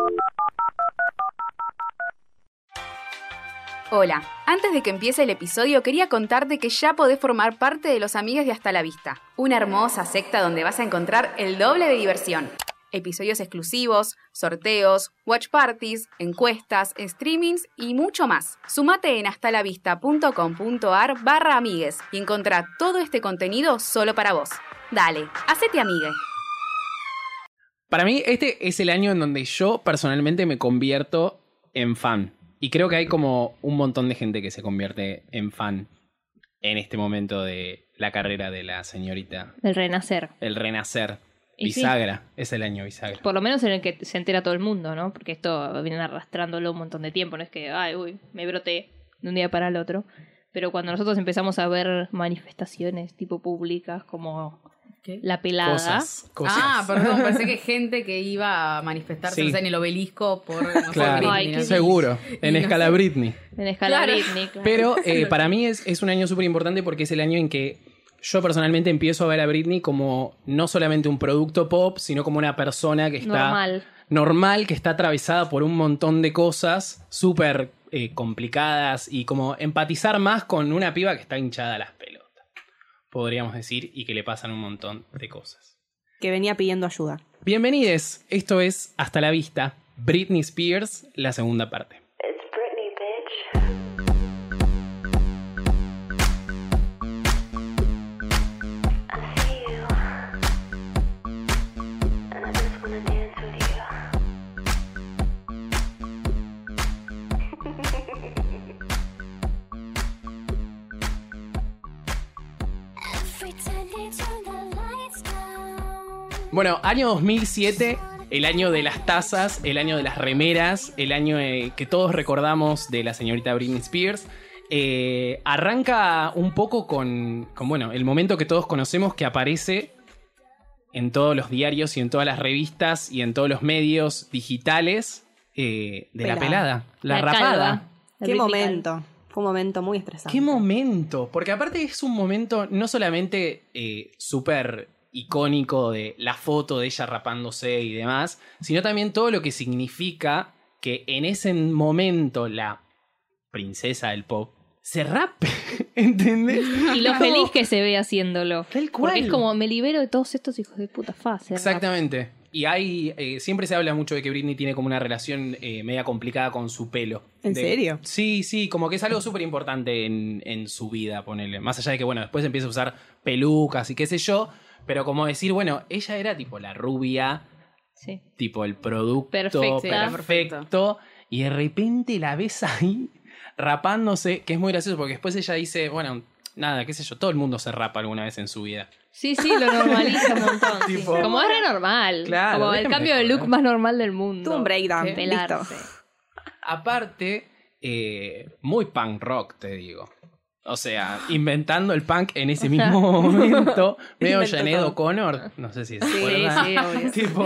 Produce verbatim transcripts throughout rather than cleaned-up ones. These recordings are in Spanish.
Hola, antes de que empiece el episodio quería contarte que ya podés formar parte de los Amigues de Hasta la Vista, una hermosa secta donde vas a encontrar el doble de diversión. Episodios exclusivos, sorteos, watch parties, encuestas, streamings y mucho más. Sumate en hastalavista.com.ar barra amigues y encontrá todo este contenido solo para vos. Dale, hacete amigue. Para mí este es el año en donde yo personalmente me convierto en fan. Y creo que hay como un montón de gente que se convierte en fan en este momento de la carrera de la señorita. El renacer. El renacer. Y bisagra. Sí. Es el año bisagra. Por lo menos en el que se entera todo el mundo, ¿no? Porque esto vienen arrastrándolo un montón de tiempo. No es que, ay, uy, me broté de un día para el otro. Pero cuando nosotros empezamos a ver manifestaciones tipo públicas como... ¿Qué? La pelada. Cosas, cosas. Ah, perdón, pensé que gente que iba a manifestarse Sí. no sé, en el obelisco por... No Claro, Britney, Ay, ¿no? seguro. En Y escala no sé. Britney. En escala Claro. Britney, claro. Pero eh, para mí es, es un año súper importante porque es el año en que yo personalmente empiezo a ver a Britney como no solamente un producto pop, sino como una persona que está... Normal. Normal, que está atravesada por un montón de cosas súper eh, complicadas y como empatizar más con una piba que está hinchada a las pelotas, podríamos decir, y que le pasan un montón de cosas. Que venía pidiendo ayuda. Bienvenides, esto es Hasta la Vista, Britney Spears, la segunda parte. It's Britney, bitch. I see you, and I just wanna dance with you. Every time they turn the lights down. Bueno, año dos mil siete, el año de las tazas, el año de las remeras, el año eh, que todos recordamos de la señorita Britney Spears. Eh, arranca un poco con, con, bueno, el momento que todos conocemos que aparece en todos los diarios y en todas las revistas y en todos los medios digitales eh, de Pelada. la pelada, la, La rapada. calva. La Qué Britney momento. Fue un momento muy estresante. ¡Qué momento! Porque aparte es un momento no solamente eh, súper icónico de la foto de ella rapándose y demás, sino también todo lo que significa que en ese momento la princesa del pop se rape, ¿entendés? Y lo feliz que se ve haciéndolo. Tal cual. Porque es como, me libero de todos estos hijos de puta fácil. Exactamente. Y hay eh, siempre se habla mucho de que Britney tiene como una relación eh, media complicada con su pelo. ¿En De- serio? Sí, sí, como que es algo súper importante en, en su vida, ponele. Más allá de que, bueno, después empieza a usar pelucas y qué sé yo. Pero como decir, bueno, ella era tipo la rubia, Sí. tipo el producto Perfecta. Sí, era perfecto. perfecto. Y de repente la ves ahí rapándose, que es muy gracioso porque después ella dice, bueno, nada, qué sé yo, todo el mundo se rapa alguna vez en su vida. Sí, sí, lo normaliza un montón. sí. Tipo- Como es re normal. Claro, Como el déjenme cambio de joder. look más normal del mundo. Tuvo un breakdown. Que pelarse. Listo. Aparte, eh, muy punk rock, te digo. O sea, inventando el punk en ese mismo momento. Medio Inventó Sinead todo. O'Connor, no sé si se Sí, acuerdan. sí, obvio. Tipo,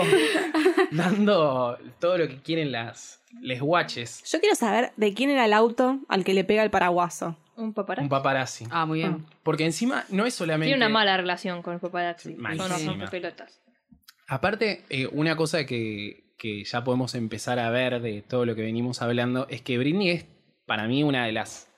dando todo lo que quieren las les guaches. Yo quiero saber de quién era el auto al que le pega el paraguaso. Un paparazzi. Un paparazzi. Ah, muy bien. Porque encima no es solamente... Tiene una mala relación con el paparazzi. Son Malísima. unos pelotas. Aparte, eh, una cosa que, que ya podemos empezar a ver de todo lo que venimos hablando es que Britney es, para mí, una de las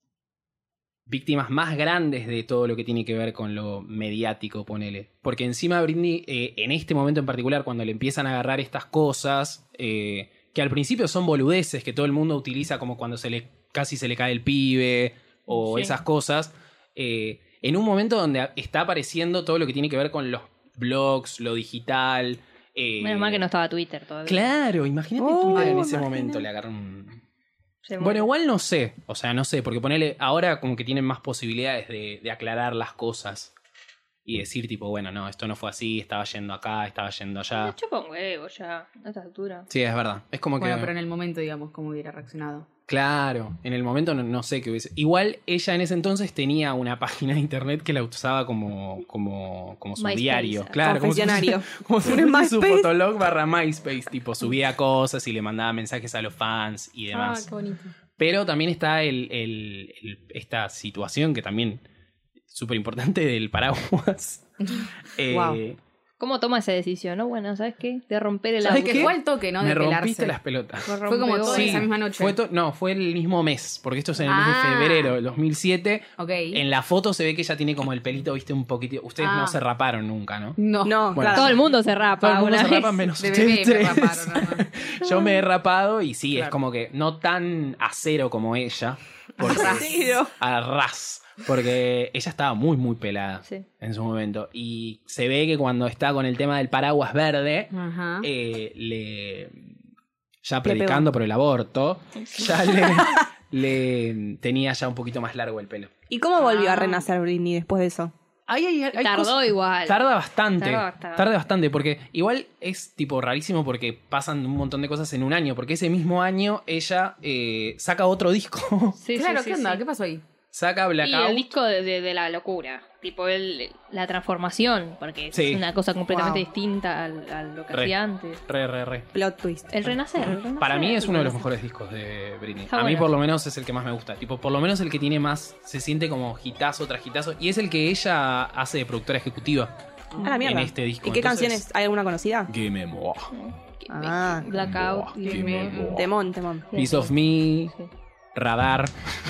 víctimas más grandes de todo lo que tiene que ver con lo mediático, ponele. Porque encima Britney, eh, en este momento en particular, cuando le empiezan a agarrar estas cosas, eh, que al principio son boludeces, que todo el mundo utiliza como cuando se le casi se le cae el pibe, o Sí. esas cosas, eh, en un momento donde está apareciendo todo lo que tiene que ver con los blogs, lo digital. Eh, Menos mal que no estaba Twitter todavía. Claro, imagínate Oh, Twitter en ese imagina. momento le agarran un... Se Bueno, muere. igual no sé, o sea, no sé, porque ponele, ahora como que tienen más posibilidades de, de aclarar las cosas y decir tipo, bueno, no, esto no fue así, estaba yendo acá, estaba yendo Me allá. chupa un huevo ya, a esta altura. Sí, es verdad, es como Bueno, que... pero en el momento, digamos, cómo hubiera reaccionado. Claro, en el momento no, no sé qué hubiese... Igual ella en ese entonces tenía una página de internet que la usaba como, como, como su MySpace, diario. ah. Claro, como si fuese- Confesionario. Como si Un fuese su MySpace. fotolog barra MySpace, tipo subía cosas y le mandaba mensajes a los fans y demás. Ah, qué bonito. Pero también está el, el- el- esta situación que también es súper importante del paraguas. Eh, Wow. ¿Cómo toma esa decisión? ¿No? Bueno, ¿sabes qué? De romper el ¿Sabes auto. Que qué? fue al toque, ¿no? Me De rompiste pelarse. las pelotas. Fue Fue como todo rompeolas. esa misma noche. Fue to- no, fue el mismo mes, porque esto es en el mes Ah. de febrero del dos mil siete. Ok. En la foto se ve que ella tiene como el pelito, viste, un poquito. Ustedes Ah. no se raparon nunca, ¿no? No. No, Bueno, claro. Todo el mundo se rapa. Todo el mundo una se vez. rapa menos De ustedes bebé me tres. raparon, nada más. Yo me he rapado y sí, es Claro. como que no tan acero como ella. Porque, Cero. a ras. Porque ella estaba muy, muy pelada Sí. en su momento. Y se ve que cuando está con el tema del paraguas verde, Ajá. eh, le. Ya Le predicando por el aborto, ya le, le tenía ya un poquito más largo el pelo. ¿Y cómo volvió Ah. a renacer Britney después de eso? Ahí hay, hay Tardó cosas- igual. Tarda bastante. Tardó bastante. Tarda bastante, porque igual es tipo rarísimo porque pasan un montón de cosas en un año. Porque ese mismo año ella eh, saca otro disco. Sí, Claro, sí, ¿qué sí, onda? sí. ¿Qué pasó ahí? Saca Y Blackout. el disco de, de- de la locura. Tipo, el, la transformación. Porque Sí. es una cosa completamente Wow. distinta al- a, lo que Re. hacía antes. Re, re, re. Plot twist. El renacer. el renacer, Para mí es el uno de los renacer. mejores discos de Britney. Está A mí bueno. por lo menos es el que más me gusta. Tipo, por lo menos el que tiene más, se siente como hitazo tras hitazo. Y es el que ella hace de productora ejecutiva A la mierda. en este disco. ¿Y qué Entonces, canciones? ¿Hay alguna conocida? Give me more. Ah. Blackout. Give y- me more. Temón, temón. Piece of Me, Sí. Radar.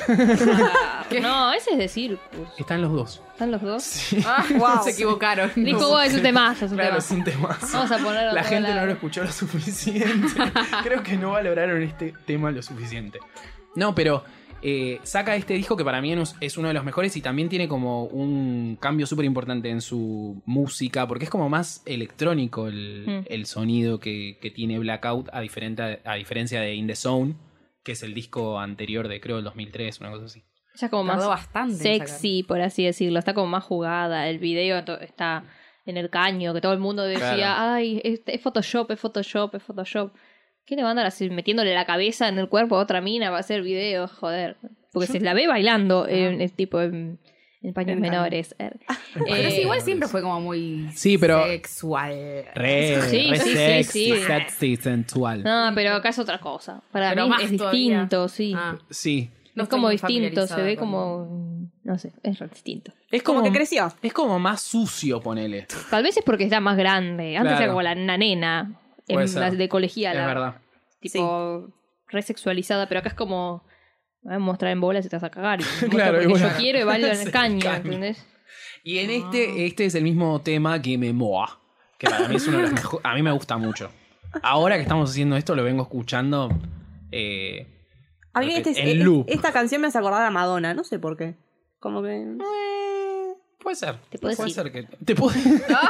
No, ese es de Circus. Están los dos. ¿Están los dos? Sí. Ah, Wow. se equivocaron. Dijo, vos, es un temazo, es un Claro, temazo. es un temazo. Vamos a ponerlo La a todo gente no lado. lo escuchó lo suficiente. Creo que no valoraron este tema lo suficiente. No, pero eh, saca este disco que para mí es es uno de los mejores y también tiene como un cambio súper importante en su música, porque es como más electrónico el, Mm. el sonido que, que tiene Blackout, a, diferente, a diferencia de In The Zone, que es el disco anterior de creo el dos mil tres, una cosa así. Ella es como Tardó más bastante en sexy, por así decirlo. Está como más jugada. El video to- está en el caño, que todo el mundo decía, Claro. ay, es, es Photoshop, es Photoshop, es Photoshop. ¿Qué le van a andar así metiéndole la cabeza en el cuerpo a otra mina para hacer videos? Joder. Porque se la ve bailando en, en tipo en, en paños En caño. menores. Eh, Pero sí, igual siempre fue como muy Sí, pero- sexual. Re, Sí, re sí, sí, sexy, sí. sexy, sensual. No, pero acá es otra cosa. Para Pero mí más es todavía. distinto, sí. Ah, Sí. no es estoy como muy distinto, se ve familiarizada como... No sé, es re distinto. Es Como como, que creció. es como más sucio, ponele. Tal vez es porque está más grande. Antes Claro. era como la nena Puede en ser. las de colegiala. Es verdad. Tipo, resexualizada, pero acá es como... Me voy a mostrar en bolas y te vas a cagar. Y te muestro Claro, y porque bueno. yo quiero y bailo en Es el el caño, caño. ¿entendés? Y en este, este es el mismo tema que me moa. Que para mí es uno de los mejores. A mí me gusta mucho. Ahora que estamos haciendo esto, lo vengo escuchando. Eh, A mí este, en eh, loop. esta canción me hace acordar a Madonna, no sé por qué. Como que... eh, puede ser. Te puedo puede decir. ser que. Te puede.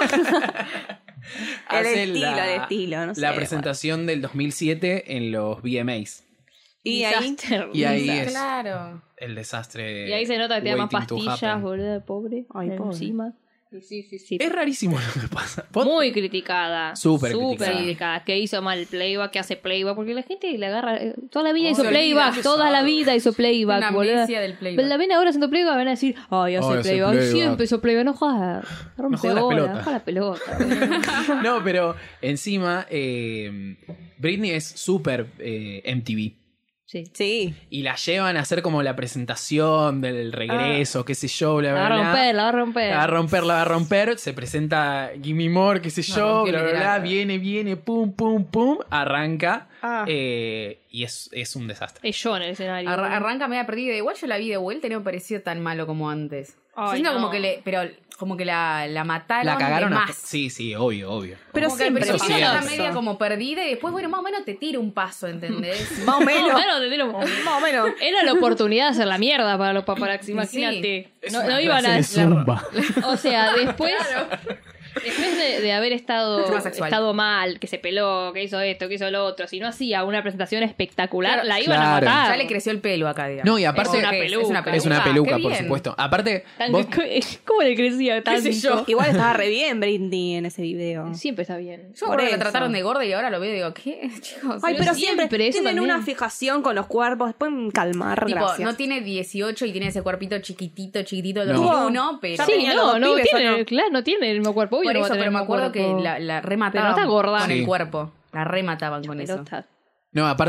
El Hace estilo, la- el estilo, no sé. La presentación del dos mil siete en los V M As. Y ahí... Disaster, Y ahí disaster. es claro. el desastre. Y ahí se nota que te da más waiting to pastillas, happen. boludo, pobre. Ay, pobre. Encima. Sí, sí, sí. Es rarísimo lo que pasa. ¿Vos- Muy criticada. Súper criticada. criticada. Que hizo mal playback, que hace playback. Porque la gente le agarra. eh, Toda la vida Oh, hizo se playback. olvida. Toda la vida hizo playback, Una boludo. amnesia del playback. Pero la ven ahora haciendo playback, van a decir, ay, hace Ay, hace playback. playback. Siempre hizo playback. No jodas. Rompe jodas las bola, pelotas. jodas la pelota. boludo. No, pero encima, eh, Britney es súper eh, M T V. Sí. Sí. Y la llevan a hacer como la presentación del regreso, qué sé yo, bla, La bla, va a bla. romper, la va a romper. La va a romper, la va a romper. Se presenta Gimme More, qué sé La yo, rompió bla, bla, bla. literal. Viene, viene, pum, pum, pum. Arranca. Ah. eh, y es, es un desastre. Es yo en el escenario. Arra- arranca media perdida. Igual yo la vi de vuelta y no me pareció tan malo como antes. Yo Ay, siento no. como que le, pero como que la, la mataron La cagaron de a... más. Sí, sí, obvio, obvio. Pero Como que al siempre Eso principio pasa. está media como perdida y después, bueno, más o menos te tira un paso, ¿entendés? Más o menos. Bueno, te tiro- Más o menos. Era la oportunidad de hacer la mierda para los paparazzi, imagínate. Es No, una no iban a. clase de zumba. O sea, después. Después de, de haber estado, Mucho más sexual. estado mal, que se peló, que hizo esto, que hizo lo otro, si no hacía una presentación espectacular, Claro, la iban claro. a matar. Ya le creció el pelo acá, digamos. No, y aparte... Es una Es peluca. una peluca. Es una Qué peluca, por bien. supuesto. Aparte, Tan- vos- ¿Cómo le crecía tanto? sé yo? Igual estaba re bien Britney en ese video. Siempre está bien. Yo Por creo que la eso. trataron de gorda y ahora lo veo y digo, ¿qué? Chicos, Ay, Pero pero siempre, siempre, eso tienen también. una fijación con los cuerpos. Pueden calmar, tipo, gracias. no tiene dieciocho y tiene ese cuerpito chiquitito, chiquitito del No. dos mil uno, pero... Ya Sí, tenía los no, dos no pibes, ¿o tiene, no? claro, no tiene el mismo cuerpo. obvio Por no va a eso, tener pero el me mismo acuerdo cuerpo. que la, la Pero remataban no está gorda. con Sí. el cuerpo. La remataban con Pero eso. está- No, aparte,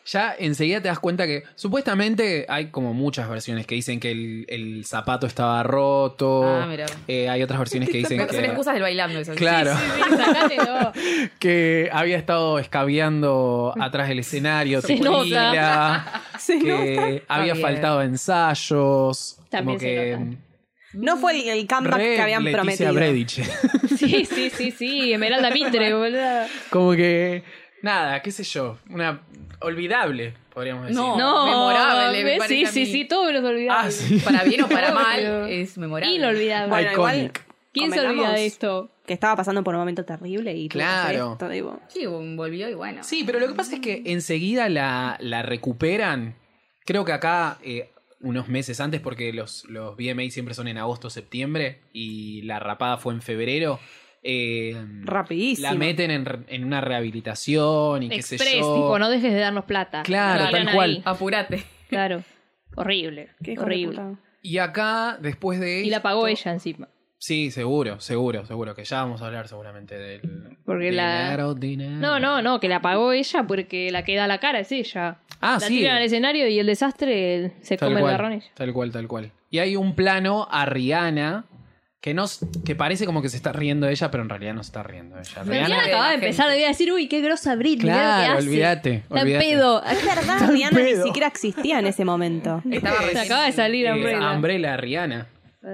ya enseguida te das cuenta que supuestamente hay como muchas versiones que dicen que el, el zapato estaba roto. Ah, mira. Eh, hay otras versiones que dicen Son que... excusas del bailando eso. Claro. Sí, sacátelo. Que había estado escabeando atrás del escenario, Se tequila, Se que había bien. faltado ensayos. También como se que nota. No fue el, el comeback re que habían Leticia prometido. Brediche. Sí, sí, sí, sí. Esmeralda Mitre, boludo. Como que, nada, qué sé yo, una olvidable, podríamos decir. No. No, memorable, me ¿ves? parece Sí, a sí, mí. sí, todo menos olvidable. Ah, sí. Para bien o para Obvio. mal, es memorable. Inolvidable. Bueno, igual Iconic. ¿Quién se convengamos olvida de esto? que estaba pasando por un momento terrible y tuvo que hacer Claro. esto, digo. Sí, volvió y bueno. Sí, pero lo que pasa es que enseguida la, la recuperan. Creo que acá, eh, unos meses antes, porque los, los V M A siempre son en agosto, septiembre, y la rapada fue en febrero. Eh, Rapidísimo. la meten en, re- en una rehabilitación y qué sé Express, yo. tipo, no dejes de darnos plata. Claro, La tal tiran cual. ahí. Apurate. Claro. Horrible. Qué hijo de Horrible. puta. Y acá, después de Y la pagó esto- ella encima. Sí, seguro, seguro, seguro. Que ya vamos a hablar seguramente del... Porque la- dinero, dinero. No, no, no, que la pagó ella porque la que da la cara es ella. Ah, la sí. tiran al escenario y el desastre se Tal come el cual, garrón ella. tal cual, tal cual. Y hay un plano a Rihanna que no s- que parece como que se está riendo de ella, pero en realidad no se está riendo de ella. Pero Rihanna de acababa la de empezar, gente. debía decir, uy, qué grosa Britney, mirá lo que Claro, hace. olvídate, Está en olvídate. pedo. Es verdad, Rihanna ni pedo. siquiera existía en ese momento. Estaba Se recién- acaba de salir Eh, Umbrella. Umbrella, Rihanna.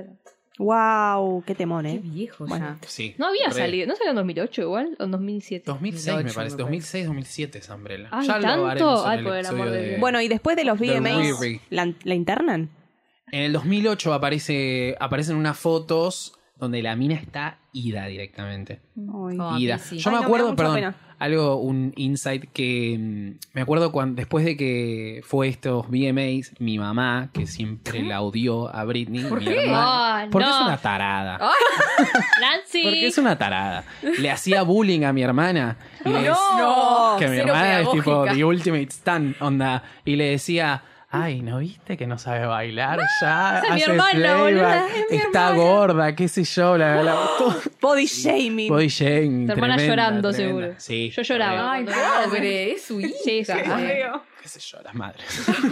Wow, qué temor, Qué eh. viejo Bueno. ya. Sí. No había re. salido, ¿no salió en dos mil ocho igual? ¿O en dos mil siete? dos mil seis dos mil me ocho, parece. me dos mil seis, dos mil siete es Umbrella. Ay, ya lo ¿tanto? haremos en Ay, el por el amor episodio de de... Dios. Bueno, y después de los The V M As, Riri. ¿la, la internan? En el dos mil ocho aparece, aparecen unas fotos donde la mina está ida directamente. Ay. Oh, a Ida. mí sí. Yo Ay, me no, me acuerdo, da mucha perdón, pena. algo, un insight que mm, me acuerdo cuando después de que fue estos V M As, mi mamá, que siempre la odió a Britney, mi hermana, Ay, porque no. es una tarada. Nancy. Porque es una tarada. Le hacía bullying a mi hermana. Y le No, que mi cero hermana es tipo pedagógica. the ultimate stan, onda. Y le decía, ay, ¿no viste que no sabe bailar ya? esa es mi Hace hermana, playback, boluda, es mi está gorda, qué sé yo, la, la, todo- Body shaming. body shaming, Tu hermana tremenda, llorando, tremenda. seguro. Sí. Yo lloraba. Ay, pobre, es su hija. Sí, sí, sí. Qué sé yo, las madres.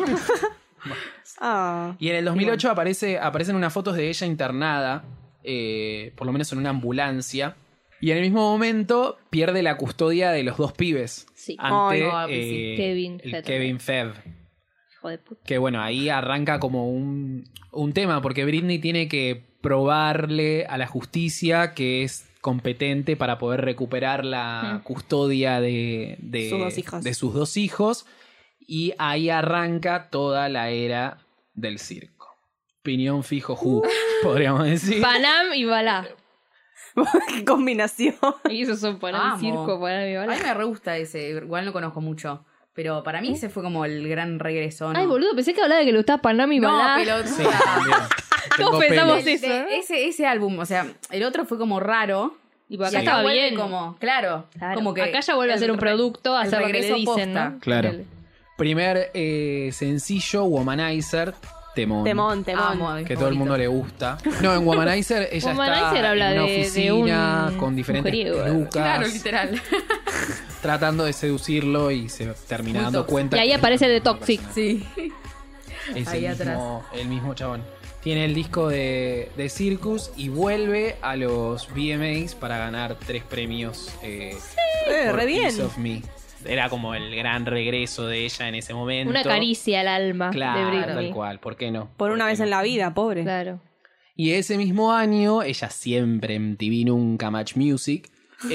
Ah. Y en el dos mil ocho aparece, aparecen unas fotos de ella internada, eh, por lo menos en una ambulancia. Y en el mismo momento pierde la custodia de los dos pibes. Sí. Ante Ay, no, eh, sí. Kevin el Fev. Kevin Fev. Hijo de puta. Que bueno, ahí arranca como un, un tema, porque Britney tiene que probarle a la justicia que es competente para poder recuperar la Mm. custodia de, de- Sus dos hijos. de sus dos hijos. Y ahí arranca toda la era del circo. Piñón fijo, Who, podríamos decir. Panam y Balá. Qué combinación. Y esos son Panam Amo. y Circo, Panam y A Balá. mí me re gusta ese, igual no conozco mucho. Pero para mí ese fue como el gran regreso, ¿no? Ay, boludo, pensé que hablaba de que le gustaba Panam y No, Balá. pelotuda. Sí, también. Tengo Todos pensamos pelos. eso. De- ese, ese álbum, o sea, el otro fue como raro. Y por Y acá acá estaba vuelve bien. como, claro, Claro. como que acá ya vuelve a el ser un re- producto, a el hacer lo que le regreso dicen, posta. ¿no? Claro. El- Primer eh, sencillo, Womanizer, Temón. Temón, temón. Amo, mi Que todo el favorito. mundo le gusta. No, en Womanizer ella Womanizer está habla en una de- de oficina un con diferentes mujeriego. pelucas, Claro, literal. tratando de seducirlo y se termina Muy dando tóxico. cuenta. Y ahí que aparece no The es una Toxic. persona. Sí. Es Ahí el atrás. mismo, el mismo chabón. Tiene el disco de, de Circus y vuelve a los V M As para ganar tres premios. Eh, Eh, por re bien. Piece of Me. Era como el gran regreso de ella en ese momento. Una caricia al alma Claro, de Britney. tal cual. ¿Por qué no? Por una qué vez no? en la vida, pobre. Claro. Y ese mismo año, ella siempre en M T V, nunca Match Music,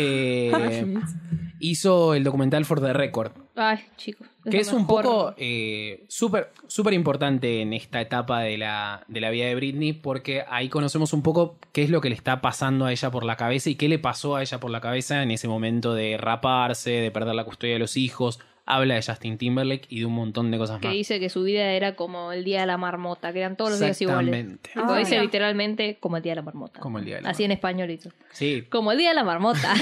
eh, hizo el documental For the Record, Ay, chicos. que lo es un mejor. poco eh, súper súper importante en esta etapa de la, de la vida de Britney, porque ahí conocemos un poco qué es lo que le está pasando a ella por la cabeza y qué le pasó a ella por la cabeza en ese momento de raparse, de perder la custodia de los hijos. Habla de Justin Timberlake y de un montón de cosas Que más. dice que su vida era como el día de la marmota, que eran todos los días iguales. Exactamente. Tipo, Ah, dice mira. literalmente como el día de la marmota. Como el día de la Así en español hizo. Sí, Como el día de la marmota.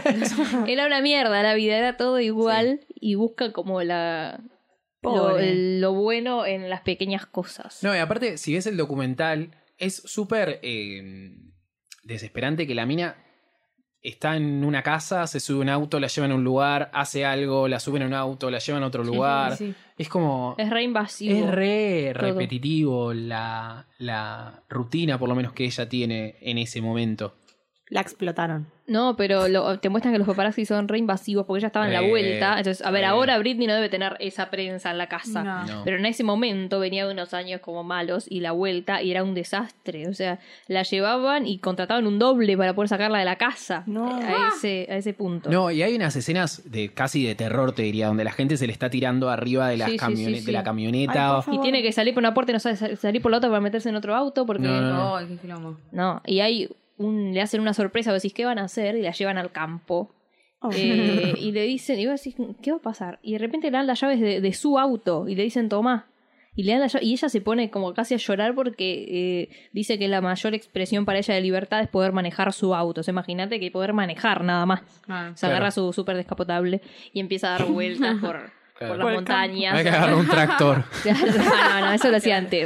Era una mierda la vida, era todo igual y busca como la lo, Pobre. el- lo bueno en las pequeñas cosas. no, y aparte, si ves el documental, es súper eh, desesperante que la mina está en una casa, se sube a un auto, la llevan a un lugar, hace algo, la suben a un auto, la llevan a otro lugar. Sí, sí. Es como... Es re invasivo. Es re todo. repetitivo la, la rutina, por lo menos, que ella tiene en ese momento. La explotaron. No, pero lo- te muestran que los paparazzi son re invasivos porque ella estaba en la Re, vuelta. Entonces, a ver, re. ahora Britney no debe tener esa prensa en la casa. No. No. Pero en ese momento venía de unos años como malos y la vuelta y era un desastre. O sea, la llevaban y contrataban un doble para poder sacarla de la casa. No. A ese, a ese punto. No, y hay unas escenas de casi de terror, te diría, donde la gente se le está tirando arriba de, las Sí, sí, camione- sí, sí. de la camioneta. Ay, por favor. Y tiene que salir por una puerta y no sabe sal- salir por la otra para meterse en otro auto porque... No, no, no. Ay, qué quilombo. No, y hay un, le hacen una sorpresa, vos decís, ¿qué van a hacer? Y la llevan al campo. Oh. Eh, y le dicen, y vos decís, ¿qué va a pasar? Y de repente le dan las llaves de, de su auto y le dicen, tomá. Y le dan la llave, y ella se pone como casi a llorar porque eh, dice que la mayor expresión para ella de libertad es poder manejar su auto. O sea, imagínate que poder manejar nada más. Claro. Se agarra Claro. su súper descapotable y empieza a dar vueltas por, Claro. por Por las el montañas. Hay que agarrar un tractor. no, no, no, eso lo hacía antes.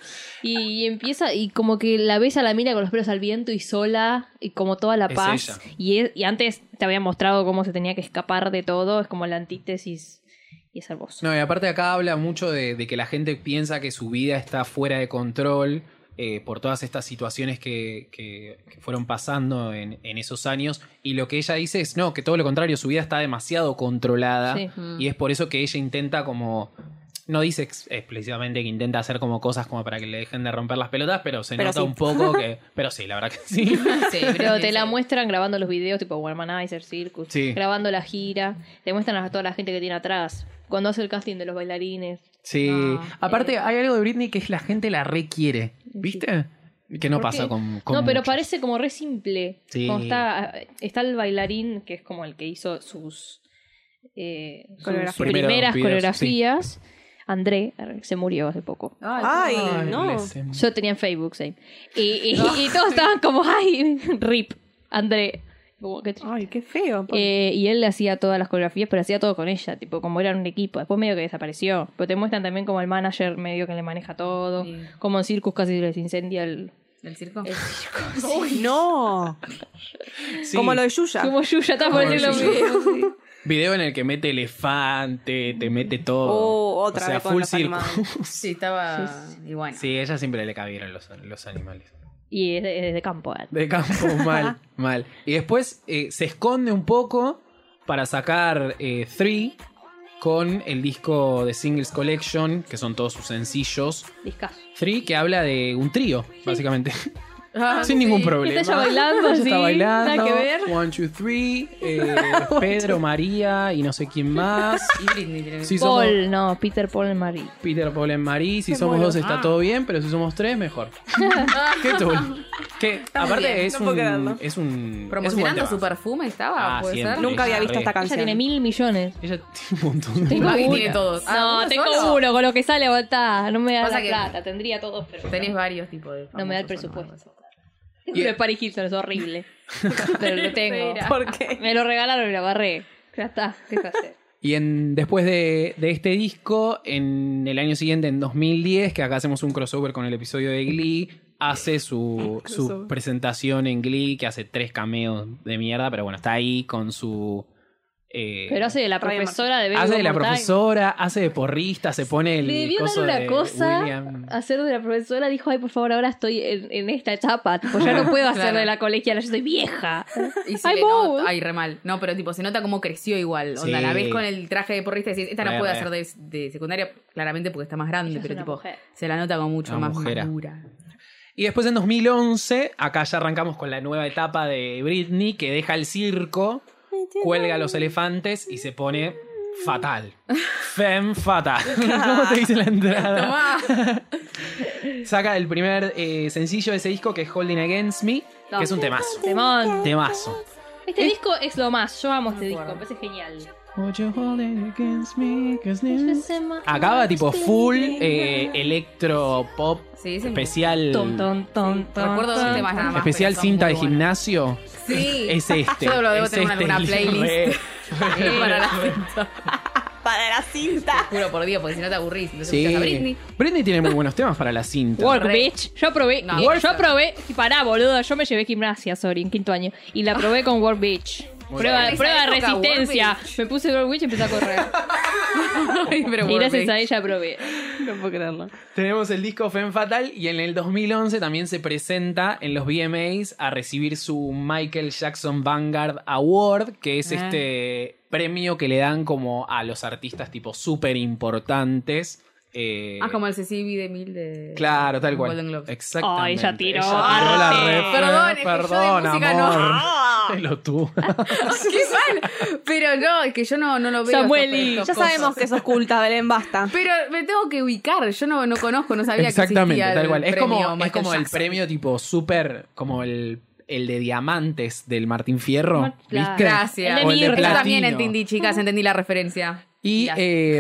Y, y empieza, y como que la ves a la mira con los pelos al viento y sola, y como toda la Es paz. ella. Y, es- y antes te había mostrado cómo se tenía que escapar de todo, es como la antítesis, y es hermoso. No, y aparte acá habla mucho de, de que la gente piensa que su vida está fuera de control eh, por todas estas situaciones que, que- que fueron pasando en, en esos años. Y lo que ella dice es, no, que todo lo contrario, su vida está demasiado controlada. Sí. Y es por eso que ella intenta como... No dice ex- explícitamente que intenta hacer como cosas como para que le dejen de romper las pelotas, pero se Pero nota sí. un poco que... Pero sí, la verdad que sí. Sí, Pero te la sí. muestran grabando los videos tipo Womanizer, Circus, Sí. grabando la gira, te muestran a toda la gente que tiene atrás, cuando hace el casting de los bailarines. Sí. No, Aparte, eh. hay algo de Britney que es la gente la requiere. ¿Viste? Que no ¿Por pasa qué? con, con No, pero muchos. parece como re simple. Sí. Como está, está el bailarín, que es como el que hizo sus, eh, sus Coreografías. Primeros primeras videos, coreografías. André, se murió hace poco. Ay, Ay, no. les- Yo tenía en Facebook, sí. Y, y, y todos estaban como, ay, rip, André. Como que- Ay, qué feo. Eh, y él le hacía todas las coreografías, pero hacía todo con ella, tipo, como eran un equipo. Después medio que desapareció. Pero te muestran también como el manager medio que le maneja todo. Sí. Como en Circus casi les incendia el, ¿El circo? el circo. No. Sí. Como lo de Yuya. Como Yuya, está por Como decir lo Yuya. mismo. sí. Video en el que mete elefante, te mete todo. Oh, otra o sea, vez con full los circo. animales. Sí, estaba... Y bueno. Sí, ella siempre le cabieron los, los animales. Y es de, es de campo. eh. De campo, mal, mal. Y después eh, se esconde un poco para sacar eh, Three con el disco de Singles Collection, que son todos sus sencillos. Discazo. Three, que habla de un trío, básicamente. Ah, Sin sí. ningún problema. Está ella bailando, Ella sí, está bailando. nada que ver. One, two, three. eh, Pedro, María y no sé quién más. Y Britney tiene que Si somos Paul, no, Peter, Paul y Marie. Peter, Paul y Marie. Si Me somos muero. dos está Ah. todo bien, pero si somos tres, mejor. ¿Qué tú? Que aparte bien, es, no puedo un, creerlo. es un. es un buen Promocionando tema. su perfume estaba, Ah, ¿puede siempre. ser? Nunca había Ella visto re- esta Ella canción. tiene mil millones. Ella tiene un montón de. Tengo Maggie uno. tiene todos. Ah, No, ¿uno tengo solo? uno, con lo que sale aguantá. No me da Pasa la que- plata, tendría todos, pero Tenés no, varios tipos de no me da el famosos, ¿o no? presupuesto. Tengo uno de Paris Hilton, es horrible. Pero lo tengo. Espera. ¿Por qué? Me lo regalaron y lo agarré. Ya está, ¿qué se hace? Y en, después de, de este disco, en el año siguiente, en dos mil diez, que acá hacemos un crossover con el episodio de Glee, hace su, su Crossover. presentación en Glee, que hace tres cameos de mierda, pero bueno, está ahí con su... eh, Pero hace de la Ryan profesora de Baby hace de la One More Time. profesora, hace de porrista, se pone el Le debió dar coso una de cosa, William. hacer de la profesora, dijo, ay, por favor, ahora estoy en, en esta etapa, tipo, ya no puedo hacer Claro. de la colegiala, yo soy vieja. Y se Ay, le Bob. nota, ay, re mal. No, pero tipo, se nota cómo creció igual. Onda, Sí. la ves con el traje de porrista y decís, esta no Re, puede re. hacer de, de secundaria, claramente porque está más grande, Ella es pero una tipo, mujer. se la nota como mucho Una más mujera. madura. Y después en dos mil once, acá ya arrancamos con la nueva etapa de Britney, que deja el circo, cuelga a los elefantes y se pone fatal. Femme fatal. ¿Cómo te dice la entrada? Tomá. Saca el primer eh, sencillo de ese disco, que es Holding Against Me, que es un temazo. Temón. Temazo. Este disco es lo más, yo amo este disco, me parece genial. Would you hold it against me? 'Cause this- Acaba tipo full eh, electro pop Sí, ese- especial. Ton, ton, ton, ton, Recuerdo dos ton. temas nada más. Especial pero son cinta muy de buenos. gimnasio. Sí. Es este. Yo lo debo es tener en este, alguna playlist. re- Eh, para la cinta. Para la cinta. Juro por Dios, porque si no te aburrís. Entonces Sí. escuchás a Britney. Britney tiene muy buenos temas para la cinta. Work, Re- bitch. Yo probé. No, eh, Work- yo probé. Y pará, boludo. Yo me llevé gimnasia, sorry, en quinto año. Y la probé con Work, bitch. Prueba, bien. prueba de En esa época, resistencia. Work, bitch. Me puse Work, bitch y empecé a correr. Ay, pero y por gracias Dios. a ella probé. No puedo creerlo. Tenemos el disco Femme Fatale y en el dos mil once también se presenta en los V M As a recibir su Michael Jackson Vanguard Award, que es Ah. este premio que le dan como a los artistas tipo súper importantes. Eh, Ah, como el C C B de Mil de. Claro, tal Golden cual. Globes. Exactamente. Ay, ella tiró Ella tiró la arte. ref. Perdón, es que yo de Perdón, música no- amor. Pero tú. ¡Qué mal! Pero no, es que yo no, no lo veo. Samueli, estos- Ya estas sabemos cosas. que sos culta, Belén, basta. Pero me tengo que ubicar. Yo no, no conozco, no sabía Exactamente, que existía tal el cual. Es premio como, es Michael como el Jackson. premio tipo súper, como el, el de diamantes del Martín Fierro. Claro. ¿Viste? Gracias. El de O el de Mirta. Yo platino. también entendí, chicas, entendí la referencia. Y Ya. eh,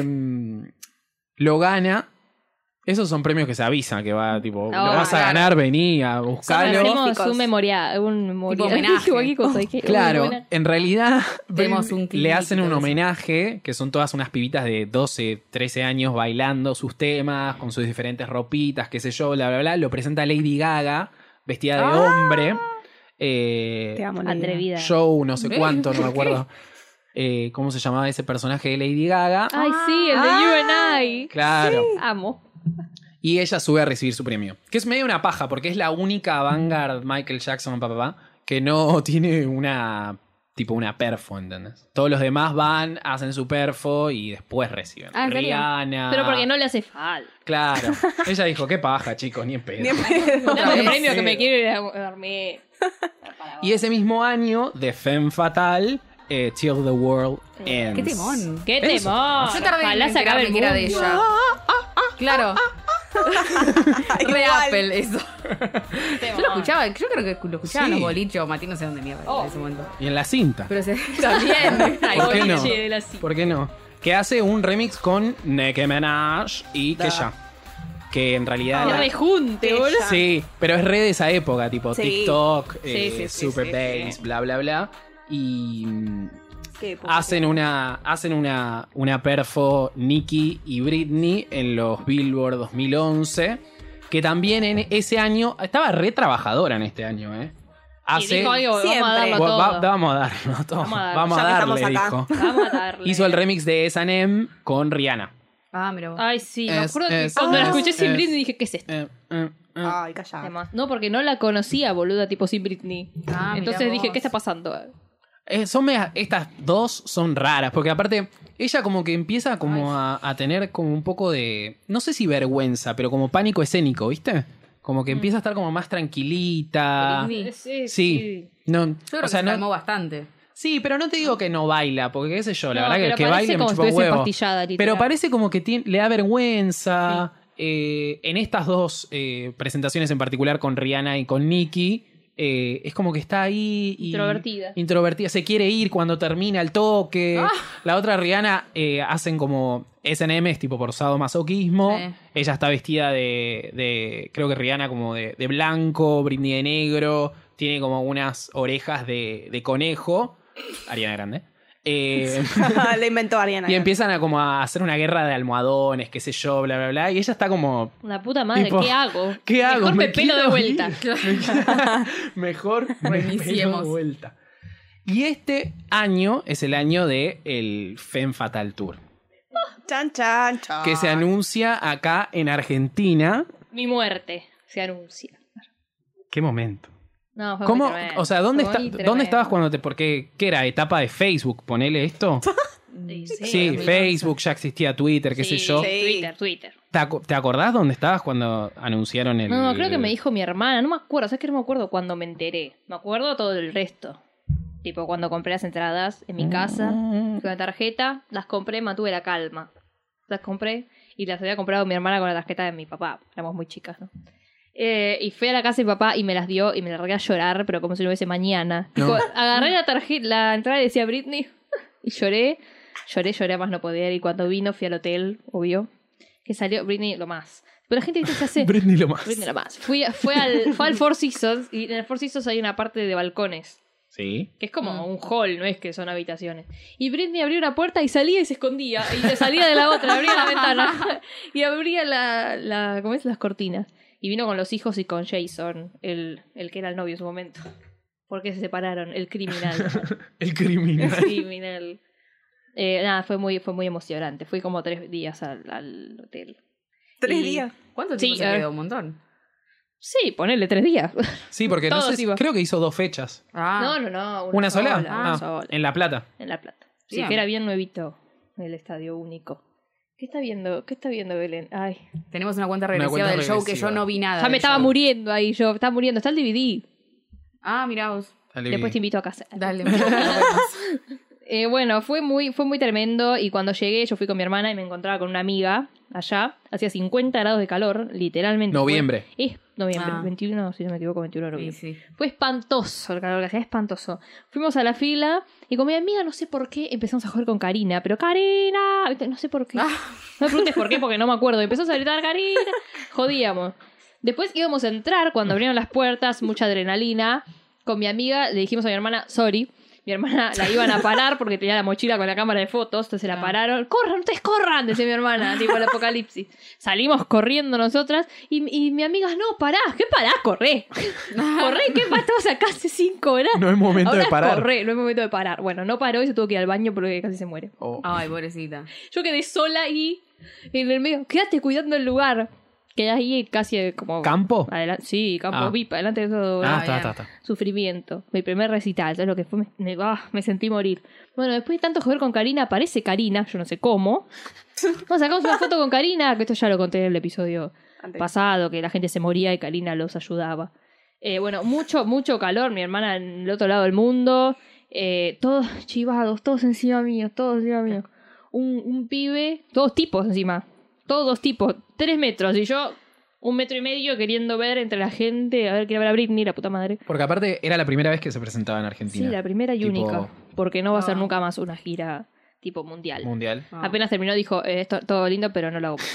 lo gana. Esos son premios que se avisan que va, tipo, lo vas a claro. ganar, vení a Son buscarlo. honoríficos. un memorial. Un memorial. homenaje. Cualquier cosa, ¿qué? Claro, Un homenaje. en realidad Tenemos un le clip hacen y un todo eso. homenaje, que son todas unas pibitas de doce, trece años bailando sus temas, con sus diferentes ropitas, qué sé yo, bla, bla, bla. Lo presenta Lady Gaga, vestida de Ah. hombre. Eh, Te amo, Lady. Atrevida. Show, no sé ¿Ves? cuánto, no me ¿Por qué? acuerdo. Eh, ¿Cómo se llamaba ese personaje de Lady Gaga? Ay, sí, el de Ah. You and I. Claro. Amo. Y ella sube a recibir su premio. Que es medio una paja, porque es la única Vanguard Michael Jackson, papá, papá, que no tiene una. Tipo una perfo, ¿entendés? Todos los demás van, hacen su perfo y después reciben. Ah, ¿en serio? Rihanna. Pero porque no le hace falta. Claro. Ella dijo, qué paja, chicos, ni en pedo. Ni en pedo. Dame el vez, premio sí. que me quiero ir a dormir. Y ese mismo año, de Femme Fatale, eh, Till the World Ends. ¡Qué temón! ¡Qué Eso. temor! Yo tardé en Ojalá se acabe enterarme el que era de mundo. ella. Claro. Re Igual. Apple, eso. Yo lo escuchaba, yo creo que lo escuchaba en Sí. los bolichos o Mati, no sé dónde mierda Oh. en ese momento. Y en la cinta. Pero se, también. Ay, ¿Por qué no? Boliche de la cita. ¿Por qué no? Que hace un remix con Nicki Minaj y Kesha. Que en realidad... Qué la- rejunte, Ella. boludo. Sí, pero es re de esa época, tipo Sí. TikTok, eh, Sí, sí, sí, Super sí, Bass, sí. bla, bla, bla. Y mm, Qué poca. hacen una hacen una, una perfo Nicki y Britney en los Billboard dos mil once, que también en ese año, estaba re trabajadora en este año, ¿eh? Y Hace... dijo algo, vamos Siempre. a darlo Va- todo. va- vamos a darlo todo. Vamos a darlo. Vamos a Ya que darle, estamos acá. dijo. Vamos a darle. Hizo el remix de S and M con Rihanna. Ah, mira vos. Ay, sí, me Es- acuerdo que es- cuando la es- escuché sin es- Britney dije, ¿qué es esto? Eh, eh, eh. Ay, callada. Además, no, porque no la conocía, boluda, tipo sin Britney. Ah, mirá Entonces dije, vos. ¿qué está pasando? Eh, son media- estas dos son raras, porque aparte ella como que empieza como a, a tener como un poco de, no sé si vergüenza, pero como pánico escénico, ¿viste? Como que empieza a estar como más tranquilita. Britney. Sí, Sí. No, Yo creo o que sea, se no- calmó bastante. sí, pero no te digo que no baila, porque qué sé yo, la No, verdad que, pero que parece baile me como chupa si un estuviese huevo. pastillada, literal. Pero parece como que tiene- le da vergüenza. Eh, en estas dos eh, presentaciones en particular con Rihanna y con Nicki, eh, es como que está ahí. Y, Introvertida. Introvertida. Se quiere ir cuando termina el toque. Ah. La otra Rihanna eh, hacen como S and M, es tipo por sadomasoquismo. Sí. Ella está vestida de, de. Creo que Rihanna como de, de blanco, Britney de negro. Tiene como unas orejas de, de conejo. Ariana Grande. Eh, Le inventó Ariana. y empiezan a como a hacer una guerra de almohadones, qué sé yo, bla, bla, bla. Y ella está como, La puta madre, Tipo, ¿qué hago? ¿qué hago? Mejor me, Me pelo de quiero vuelta. ir. mejor me pelo de Reiniciemos. vuelta. Y este año es el año de el Femme Fatale Tour, Chan, chan, chan. que se anuncia acá en Argentina. Mi muerte se anuncia. ¿Qué momento? No, fue ¿Cómo? muy tremendo. O sea, ¿dónde, Fue está, muy ¿dónde tremendo. estabas cuando te...? Porque, ¿qué era? ¿Etapa de Facebook? Ponele esto. Sí, Sí, dos mil Facebook, ya existía Twitter, qué once. sé Sí, yo. Sí. Twitter, Twitter. ¿Te, acu- te acordás dónde estabas cuando anunciaron el...? No, creo que me dijo mi hermana, no me acuerdo, sabes que no me acuerdo cuando me enteré. Me acuerdo todo el resto. Tipo, cuando compré las entradas en mi casa, Mm. con la tarjeta, las compré, mantuve la calma. Las compré y las había comprado mi hermana con la tarjeta de mi papá. Éramos muy chicas, ¿no? Eh, y fui a la casa de mi papá y me las dio y me largué a llorar, pero como si no hubiese mañana. No. Tipo, agarré la tarjeta, la entrada y decía Britney y lloré, lloré, lloré a más no poder. Y cuando vino fui al hotel, obvio, que salió Britney lo más. Pero la gente dice que se hace... Britney lo más. Britney lo más. Fui, fue, al, fue al Four Seasons y en el Four Seasons hay una parte de balcones. Sí. Que es como un hall, no es que son habitaciones. Y Britney abrió una puerta y salía y se escondía. Y salía de la otra, abría la ventana. Y abría la, la, ¿cómo es? Las cortinas. Y vino con los hijos y con Jason, el, el que era el novio en su momento. ¿Por qué se separaron? El criminal. El criminal. El criminal. Eh, nada, fue muy, fue muy emocionante. Fui como tres días al, al hotel. ¿Tres Y- días? ¿Cuánto Sí, tiempo a se ver. quedó? Un montón. Sí, ponele tres días. Sí, porque no Todos sé, si- iban. creo que hizo dos fechas. Ah, No, no, no. ¿Una sola? Una Ah, sola. en La Plata. En La Plata. Sí, Bien. que era bien nuevito el estadio único. ¿Qué está viendo? ¿Qué está viendo Belén? Ay. tenemos una cuenta Una regresiva cuenta del show que regresiva. yo no vi nada. Ya me del estaba show. muriendo ahí yo. Estaba muriendo. Está el D V D. Ah, mirá vos. Dale, Después te vi. invito a casa. Dale, nos vemos. Eh, bueno, fue muy, fue muy tremendo. Y cuando llegué, yo fui con mi hermana y me encontraba con una amiga allá. Hacía cincuenta grados de calor, literalmente. Noviembre. Fue- es noviembre, Ah. veintiuno, si no me equivoco, veintiuno de Sí, noviembre. sí. Fue espantoso el calor que hacía, espantoso. Fuimos a la fila y con mi amiga, no sé por qué, empezamos a jugar con Karina. Pero Karina, ¿viste? No sé por qué. No me preguntes por qué, porque no me acuerdo. Empezamos a gritar Karina, jodíamos. Después íbamos a entrar cuando abrieron las puertas, mucha adrenalina. Con mi amiga le dijimos a mi hermana, sorry. Mi hermana la iban a parar porque tenía la mochila con la cámara de fotos, entonces la Ah. pararon. ¡Corran, ustedes corran! Decía mi hermana, tipo el apocalipsis. Salimos corriendo nosotras y, y mi amiga, no, pará, ¿qué pará? Corré. Corré, ¿qué pará? Estamos acá hace cinco horas. No es momento Ahora de parar. Corré, no es momento de parar. Bueno, no paró y se tuvo que ir al baño porque casi se muere. Oh. Ay, pobrecita. Yo quedé sola ahí en el medio. Quédate cuidando el lugar. Quedé ahí casi como... ¿Campo? Adelante, sí, campo Ah. V I P, adelante de todo. Ah, Ah, está, bien. está, está. Sufrimiento. Mi primer recital, ¿sabes lo que fue? Me, me, ah, me sentí morir. Bueno, después de tanto joder con Karina, aparece Karina, yo no sé cómo. Nos sacamos una foto con Karina, que esto ya lo conté en el episodio Antes. pasado, que la gente se moría y Karina los ayudaba. Eh, bueno, mucho, mucho calor, mi hermana en el otro lado del mundo. Eh, todos chivados, todos encima mío, todos encima mío. Un, un pibe, todos tipos encima. Todos tipos, tres metros. Y yo, un metro y medio queriendo ver entre la gente, a ver, quería ver a Britney, la puta madre. Porque aparte era la primera vez que se presentaba en Sí, Argentina. la primera y Tipo- única. Porque no va a ser Ah. nunca más una gira tipo mundial. Mundial. Ah. Apenas terminó, dijo, eh, esto todo lindo, pero no lo hago.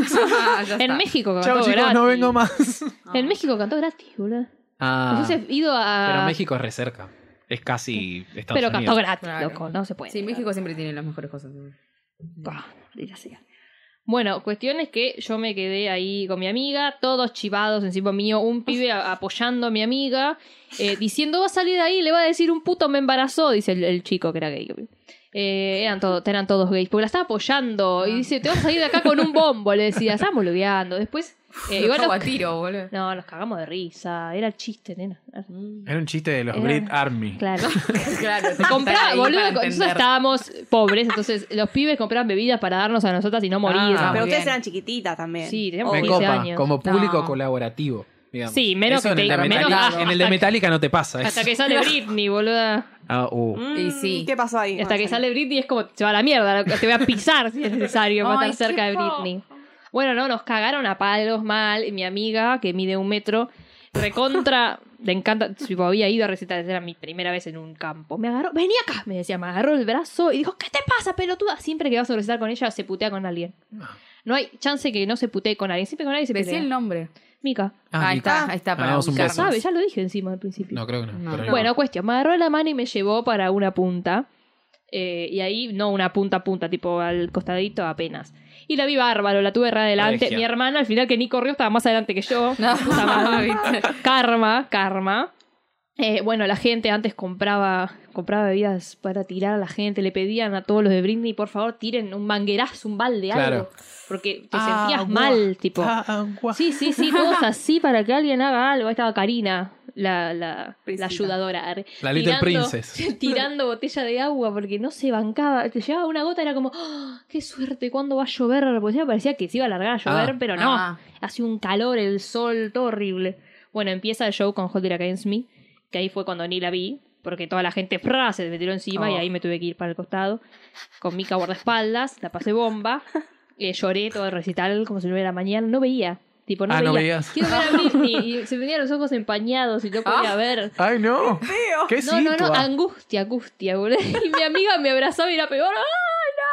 Ya En está. México cantó Chao chicos, gratis. no vengo más. En México cantó gratis, boludo. Ah, Entonces he ido a... pero México es re cerca. Es casi Estados Pero Unidos. cantó gratis, Claro. loco, no se puede. Sí, México siempre tiene las mejores cosas. Bah, maldita sea. Bueno, cuestión es que yo me quedé ahí con mi amiga, todos chivados encima mío, un pibe a- apoyando a mi amiga, eh, diciendo, va a salir de ahí, le va a decir un puto me embarazó, dice el, el chico que era gay. Eh, eran, todos, eran todos gays, porque la estaba apoyando y dice, te vas a salir de acá con un bombo, le decía, estábamos boludeando. Después, eh, igual Igual nos, a tiro, boludo. no, nos cagamos de risa, era el chiste, nena. Era un chiste de los Era- Brit Army. Claro. Claro, Compraba, boludo, nosotros nosotros estábamos pobres, entonces los pibes compraban bebidas para darnos a nosotras y no morir. Ah, Pero muy ustedes bien. eran chiquititas también. Sí, teníamos Me quince copa, años. como público No. colaborativo. Digamos. Sí, menos Eso que en te- el de menos Metallica, hasta- en el de Metallica no te pasa. Hasta eso. que sale Britney, boluda. Ah, uh. Mm, Y sí. ¿Qué pasó ahí? Hasta que Bueno, sale Britney es como, se va a la mierda, te voy a pisar si es necesario para Ay, estar cerca qué de fo- Britney. Bueno, no, nos cagaron a palos mal. Y mi amiga, que mide un metro, recontra, le encanta, tipo, había ido a recitales, era mi primera vez en un campo. Me agarró, vení acá, me decía, me agarró el brazo y dijo, ¿qué te pasa, pelotuda? Siempre que vas a recitar con ella, se putea con alguien. No hay chance que no se putee con alguien, siempre con alguien se Decía putea. el nombre. Mica. Ah, ahí y- está, ahí está. Para Mandamos un ubicarnos. beso. ¿Sabe? Ya lo dije encima al principio. No, creo que no. No. pero ahí Bueno, va. cuestión, me agarró de la mano y me llevó para una punta. Eh, y ahí, no una punta a punta, tipo al costadito apenas. Y la vi bárbaro, la tuve re adelante. Regia. Mi hermana, al final que ni corrió, estaba más adelante que yo. No, Puta madre. ¿viste? Karma, karma. Eh, bueno, la gente antes compraba compraba bebidas para tirar a la gente. Le pedían a todos los de Britney, por favor, tiren un manguerazo, un balde, Claro. algo. Porque te sentías Agua, mal, tipo. agua. Sí, sí, sí, todos así para que alguien haga algo. Ahí estaba Karina, la, la, la Princesa. ayudadora. arre, La Little tirando- Princess. Tirando botella de agua porque no se bancaba. Te llevaba una gota, era como, ¡oh, qué suerte! ¿Cuándo va a llover? Porque ya parecía que se iba a largar a llover, Ah. pero no. Ah. Hacía un calor, el sol, todo horrible. Bueno, empieza el show con Hold It Against Me, que ahí fue cuando ni la vi, porque toda la gente ¡fra! Se me tiró encima y Oh. ahí me tuve que ir para el costado. Con Mika guardaespaldas, la pasé bomba. Eh, lloré todo el recital como si no hubiera mañana. No veía. Tipo, no Ah, veía. no veías. Quiero ver a Britney. Y se me tenían los ojos empañados y no podía Ah. ver. Ay, no. Feo. ¿Qué No, no, no, situa? angustia, angustia, boludo. Y mi amiga me abrazaba y era peor. ¡Ah,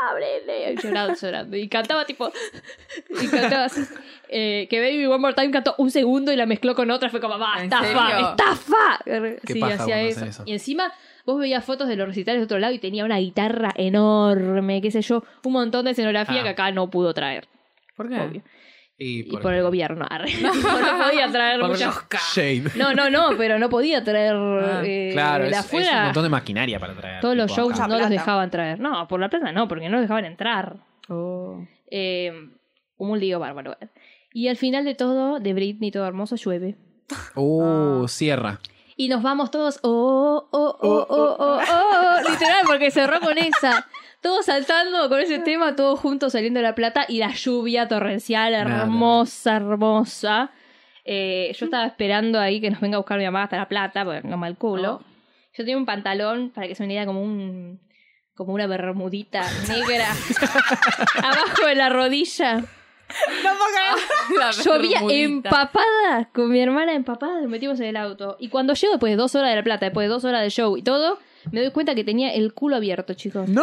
Britney. Y llorando, llorando. Y cantaba tipo... Y cantaba así. Eh, que Baby One More Time cantó un segundo y la mezcló con otra. Fue como, va, ¿En estafa, serio? estafa. Qué Sí, paja hacía cuando eso. hacen eso. Y encima... Vos veías fotos de los recitales de otro lado y tenía una guitarra enorme, qué sé yo, un montón de escenografía Ah. que acá no pudo traer. ¿Por qué? Obvio. Y Y por, por el gobierno. Arre. No, no podía traer Por muchas... los ca- Shade. No, no, no, pero no podía traer Ah. eh, Claro, de es, es un afuera. montón de maquinaria para traer. Todos los tipo, shows acá. no los plata. dejaban traer. No, por la plata no, porque no los dejaban entrar. Oh. Eh, un lío bárbaro. Y al final de todo, de Britney, todo hermoso, llueve. Uh, Sierra. Y nos vamos todos, oh, oh, oh, oh, oh, oh, literal, porque cerró con esa. Todos saltando con ese tema, todos juntos saliendo de La Plata y la lluvia torrencial, Nada. hermosa, hermosa. Eh, yo estaba esperando ahí que nos venga a buscar mi mamá hasta La Plata, porque no mal culo. Oh. Yo tenía un pantalón, para que se me diera como un como una bermudita negra abajo de la rodilla. La Llovía bermudita. empapada, con mi hermana empapada, nos metimos en el auto. Y cuando llego después de dos horas de La Plata, después de dos horas de show y todo, me doy cuenta que tenía el culo abierto, chicos. No,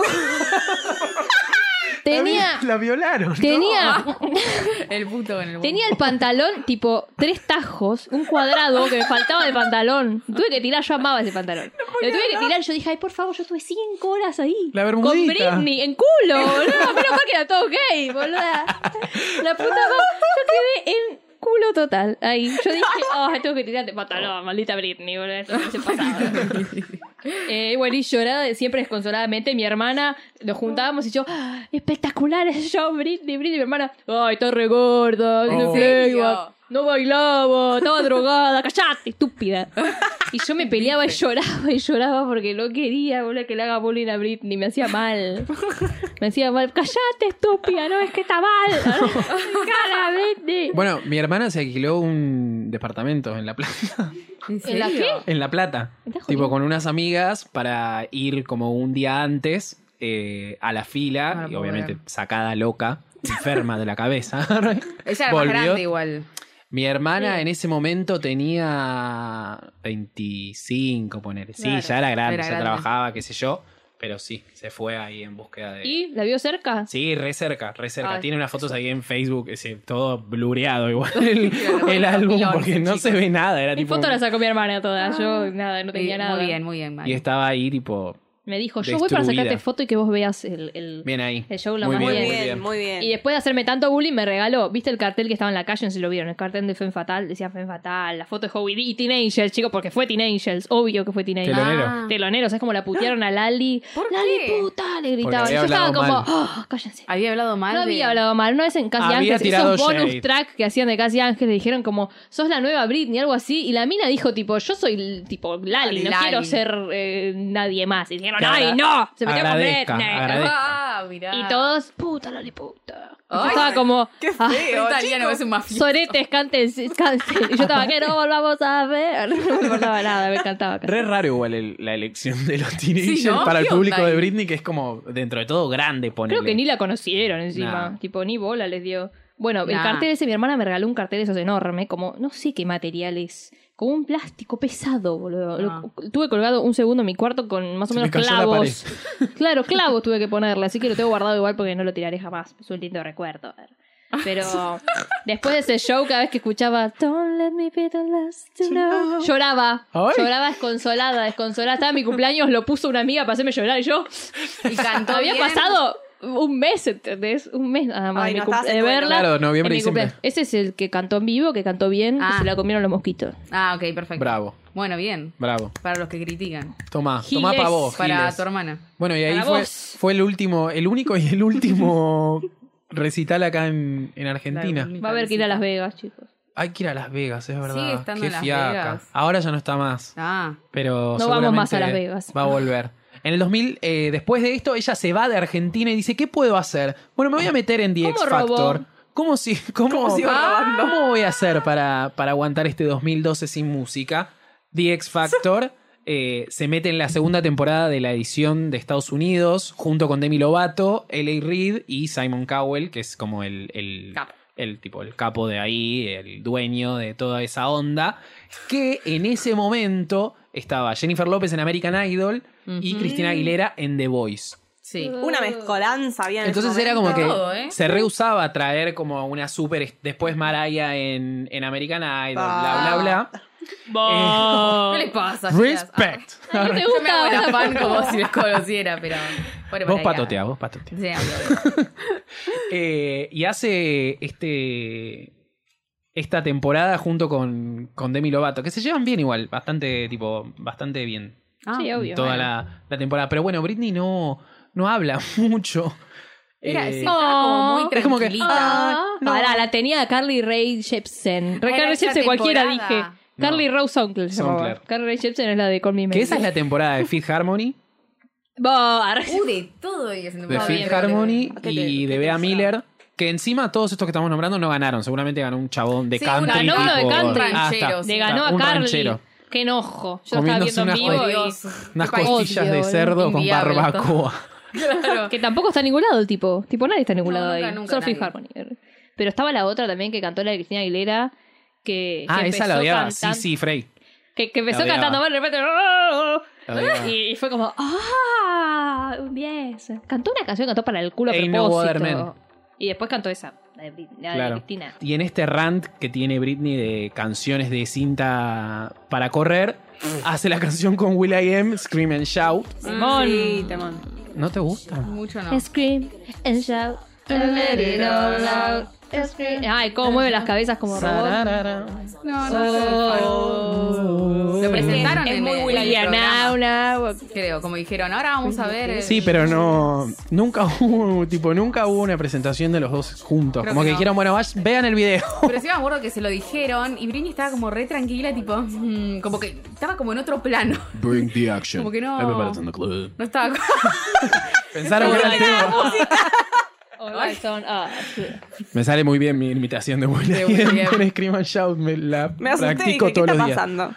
Tenía, la violaron. tenía, El puto en el tenía el pantalón tipo tres tajos, un cuadrado que me faltaba de pantalón. Tuve que tirar, yo amaba ese pantalón. Lo tuve que tirar, yo dije, ay, por favor, yo estuve cinco horas ahí. La Con bermudita. Britney, en culo, boludo. Menos mal que era todo gay, boluda. La puta madre. Yo quedé en culo total. Ahí. Yo dije, oh, tengo que tirarte pantalón, maldita Britney, boludo. Esto no se pasaba. Eh, bueno, y lloraba siempre desconsoladamente. Mi hermana, nos juntábamos y yo, ¡ah, espectacular el show, Britney, Britney. Mi hermana, ay, está re gorda, Oh. no playback, no bailaba, estaba drogada, callate, estúpida. Y yo me peleaba y lloraba y lloraba porque no quería, boludo, que le haga bullying a Britney. Me hacía mal. Me hacía mal. Callate, estúpida, no es que está mal. Cara, Britney. Bueno, mi hermana se alquiló un departamento en La Plata. ¿En ¿En la serio? qué? En La Plata. ¿Me estás Tipo jodiendo? con unas amigas para ir como un día antes eh, a la fila. No lo y puedo obviamente creer. sacada loca, enferma de la cabeza. Ella era Volvió. más grande igual. Mi hermana Sí. en ese momento tenía veinticinco, poner. Sí, Claro, ya era grande, era ya grande. trabajaba, qué sé yo. Pero sí, se fue ahí en búsqueda de... ¿Y la vio cerca? Sí, re cerca, re cerca. Ay. Tiene unas fotos ahí en Facebook, ese, todo blureado igual el, el álbum, dos mil once, porque no se chicos. ve nada. Era Mi tipo... foto la sacó mi hermana toda. Yo nada, no tenía Sí, nada. Muy bien, muy bien. Mari. Y estaba ahí tipo... Me dijo, yo voy para Destruida. sacarte foto y que vos veas el, el, Bien ahí. el show lo Muy más bien, Muy bien. muy bien, bien. muy bien. Y después de hacerme tanto bullying me regaló, ¿viste el cartel que estaba en la calle? No sé si lo vieron, el cartel de Femme Fatal, decía Femme Fatal, la foto de Howie D y Teen Angels, chicos, porque fue Teen Angels, obvio que fue Teen Angels. Telonero. Ah. Teloneros, es como la putearon a Lali. ¿Por Lali qué? puta, le gritaban. Porque Y yo había estaba como, hablado "Oh, cállense. Había hablado mal No de- había hablado mal, no es en Casi Había Ángeles, tirado esos bonus shade. track que hacían de Casi Ángeles dijeron como, sos la nueva Britney, algo así, y la mina dijo tipo, yo soy tipo Lali, no Lali. quiero ser eh, nadie más. Y dijeron, Que ay agra- no, se metió con agradezca, Britney. agradezca. Ah, mirá. Y todos, puta Lali puta. Y yo Ay, estaba como, Qué ah, feo, italiano chicos. es un mafioso. soretes, canten, canten. Y yo estaba, que no volvamos a ver. No me importaba nada, me encantaba. Re raro igual el- la elección de los teenagers Sí, ¿no? para el ¿Qué público onda de ahí? Britney, que es como, dentro de todo, grande, ponele. Creo que ni la conocieron encima. Nah. Tipo, ni bola les dio. Bueno, el Nah. cartel ese, mi hermana me regaló un cartel de esos enorme, como, no sé qué material es. Como un plástico pesado, boludo. Lo- Ah. tuve colgado un segundo en mi cuarto con más o Se menos me cayó la clavos. Claro, clavos tuve que ponerle, así que lo tengo guardado igual porque no lo tiraré jamás. Es un lindo recuerdo. Pero después de ese show, cada vez que escuchaba Don't let me be the last to know, lloraba. Ay. Lloraba desconsolada, desconsolada. Estaba en mi cumpleaños, lo puso una amiga para hacerme llorar y yo. Y cantó Había bien. pasado un mes, ¿entendés? Un mes nada más Ay, de, mi no, cum- estabas en de tu duelo. verla. Claro, noviembre, en mi diciembre. cumpleaños. Ese es el que cantó en vivo, que cantó bien, Ah. que se la comieron los mosquitos. Ah, ok, perfecto. Bravo, Bueno, bien. bravo. Para los que critican. Tomá, Giles. tomá para vos, Para Giles. tu hermana. Bueno, y ahí Para fue, vos. fue el último, el único y el último recital acá en, en Argentina. La- Va a haber que ir a Las Vegas, chicos. Hay que ir a Las Vegas, es verdad. Sigue estando Qué en Las fiaca. Vegas. Ahora ya no está más, Ah, pero No vamos más a seguramente Las Vegas. va a volver. En el dos mil, eh, después de esto, ella se va de Argentina y dice, ¿qué puedo hacer? Bueno, me voy a meter en The ¿Cómo X robó? Factor. ¿Cómo, si, cómo, ¿Cómo se iba robando? ¿Cómo voy a hacer para, para aguantar este dos mil doce sin música? The X Factor eh, se mete en la segunda temporada de la edición de Estados Unidos, junto con Demi Lovato, L A. Reid y Simon Cowell, que es como el, el, Capo. el tipo el capo de ahí, el dueño de toda esa onda, que en ese momento estaba Jennifer López en American Idol y Ujú. Cristina Aguilera en The Voice. Sí. Una mezcolanza bien. en ese Entonces era como momento. que Todo, ¿eh? se rehusaba traer como una super... Después Mariah en, en American Idol, Ah. bla, bla, bla. ¿Qué les pasa? chicas? Respect. Ay, ¿qué te Yo me hago la gusta? fan como si los conociera, pero... pobre Vos Mariah. patoteás, vos patoteás. Sí, obvio, obvio. Eh, y hace este esta temporada junto con, con Demi Lovato, que se llevan bien igual, bastante, tipo, bastante bien. Ah, Sí, obvio. Toda bueno. la, la temporada. Pero bueno, Britney no, no habla mucho. Era, Eh, sí, estaba como muy es como que- tranquilita. Ah, no. Pará, la tenía Carly Rae Jepsen. Carly Era Rae esa Jepsen cualquiera temporada. dije. Carly Rose Uncle se llamaba. Soundclair. Carly Rae Jepsen es la de Call Me que Maybe. esa es la temporada de Fifth Harmony, Bah, Uh, de todo y haciendo de No, Fifth bien, Harmony ¿Qué te- y qué de te Bea pasó? Miller. Que encima todos estos que estamos nombrando no ganaron. Seguramente ganó un chabón de Sí, country. ganó uno de tipo- country. Ah, está. Ranchero, sí. Le ganó a Un Carly. ranchero. Qué enojo. Yo lo estaba Comiéndose viendo en unas vivo y... Dios. Unas Qué país. costillas Odio, de boludo. cerdo con Inviable barbacoa. Claro. Que tampoco está en ningún lado el tipo. Tipo, nadie está en ningún No, lado nunca, ahí. nunca Solo nadie. Fifth Harmony. Pero estaba la otra también que cantó la de Cristina Aguilera. Que, Ah, que esa la empezó odiaba. Sí, cantan- sí, Frey. Que, que empezó La odiaba. cantando mal, de repente... "Oh", La odiaba. Y, y fue como, ¡ah! Un diez. Cantó una canción que cantó para el culo a Ain't No propósito. Other Man. Y después cantó esa, la de, Brit- la de Claro. Cristina. Y en este rant que tiene Britney de canciones de cinta para correr, hace la canción con will.i.am, Scream and Shout. Simón. Sí, temón. ¿No te gusta? Mucho no. Scream and shout and let it all out. Scream. Ay, cómo mueve las cabezas como robot. Sararara. No, no. Lo presentaron Es en muy el Will.i.am. programa, Nauna. creo. Como dijeron, ahora vamos a ver... el- Sí, pero no. Nunca hubo, tipo, nunca hubo una presentación de los dos juntos. Creo como que que no. dijeron, bueno, vay- vean el video. Pero sí me acuerdo que se lo dijeron y Britney estaba como re tranquila, tipo... mm, como que estaba como en otro plano. Bring the action. Como que no- Everybody's in the club. No estaba... Pensaron que era el tema. All lights on us. Me sale muy bien mi imitación de De will.i.am Will.i.am. con Scream and Shout. Me la Me asusté y practico dije, ¿qué todos está los días. pasando?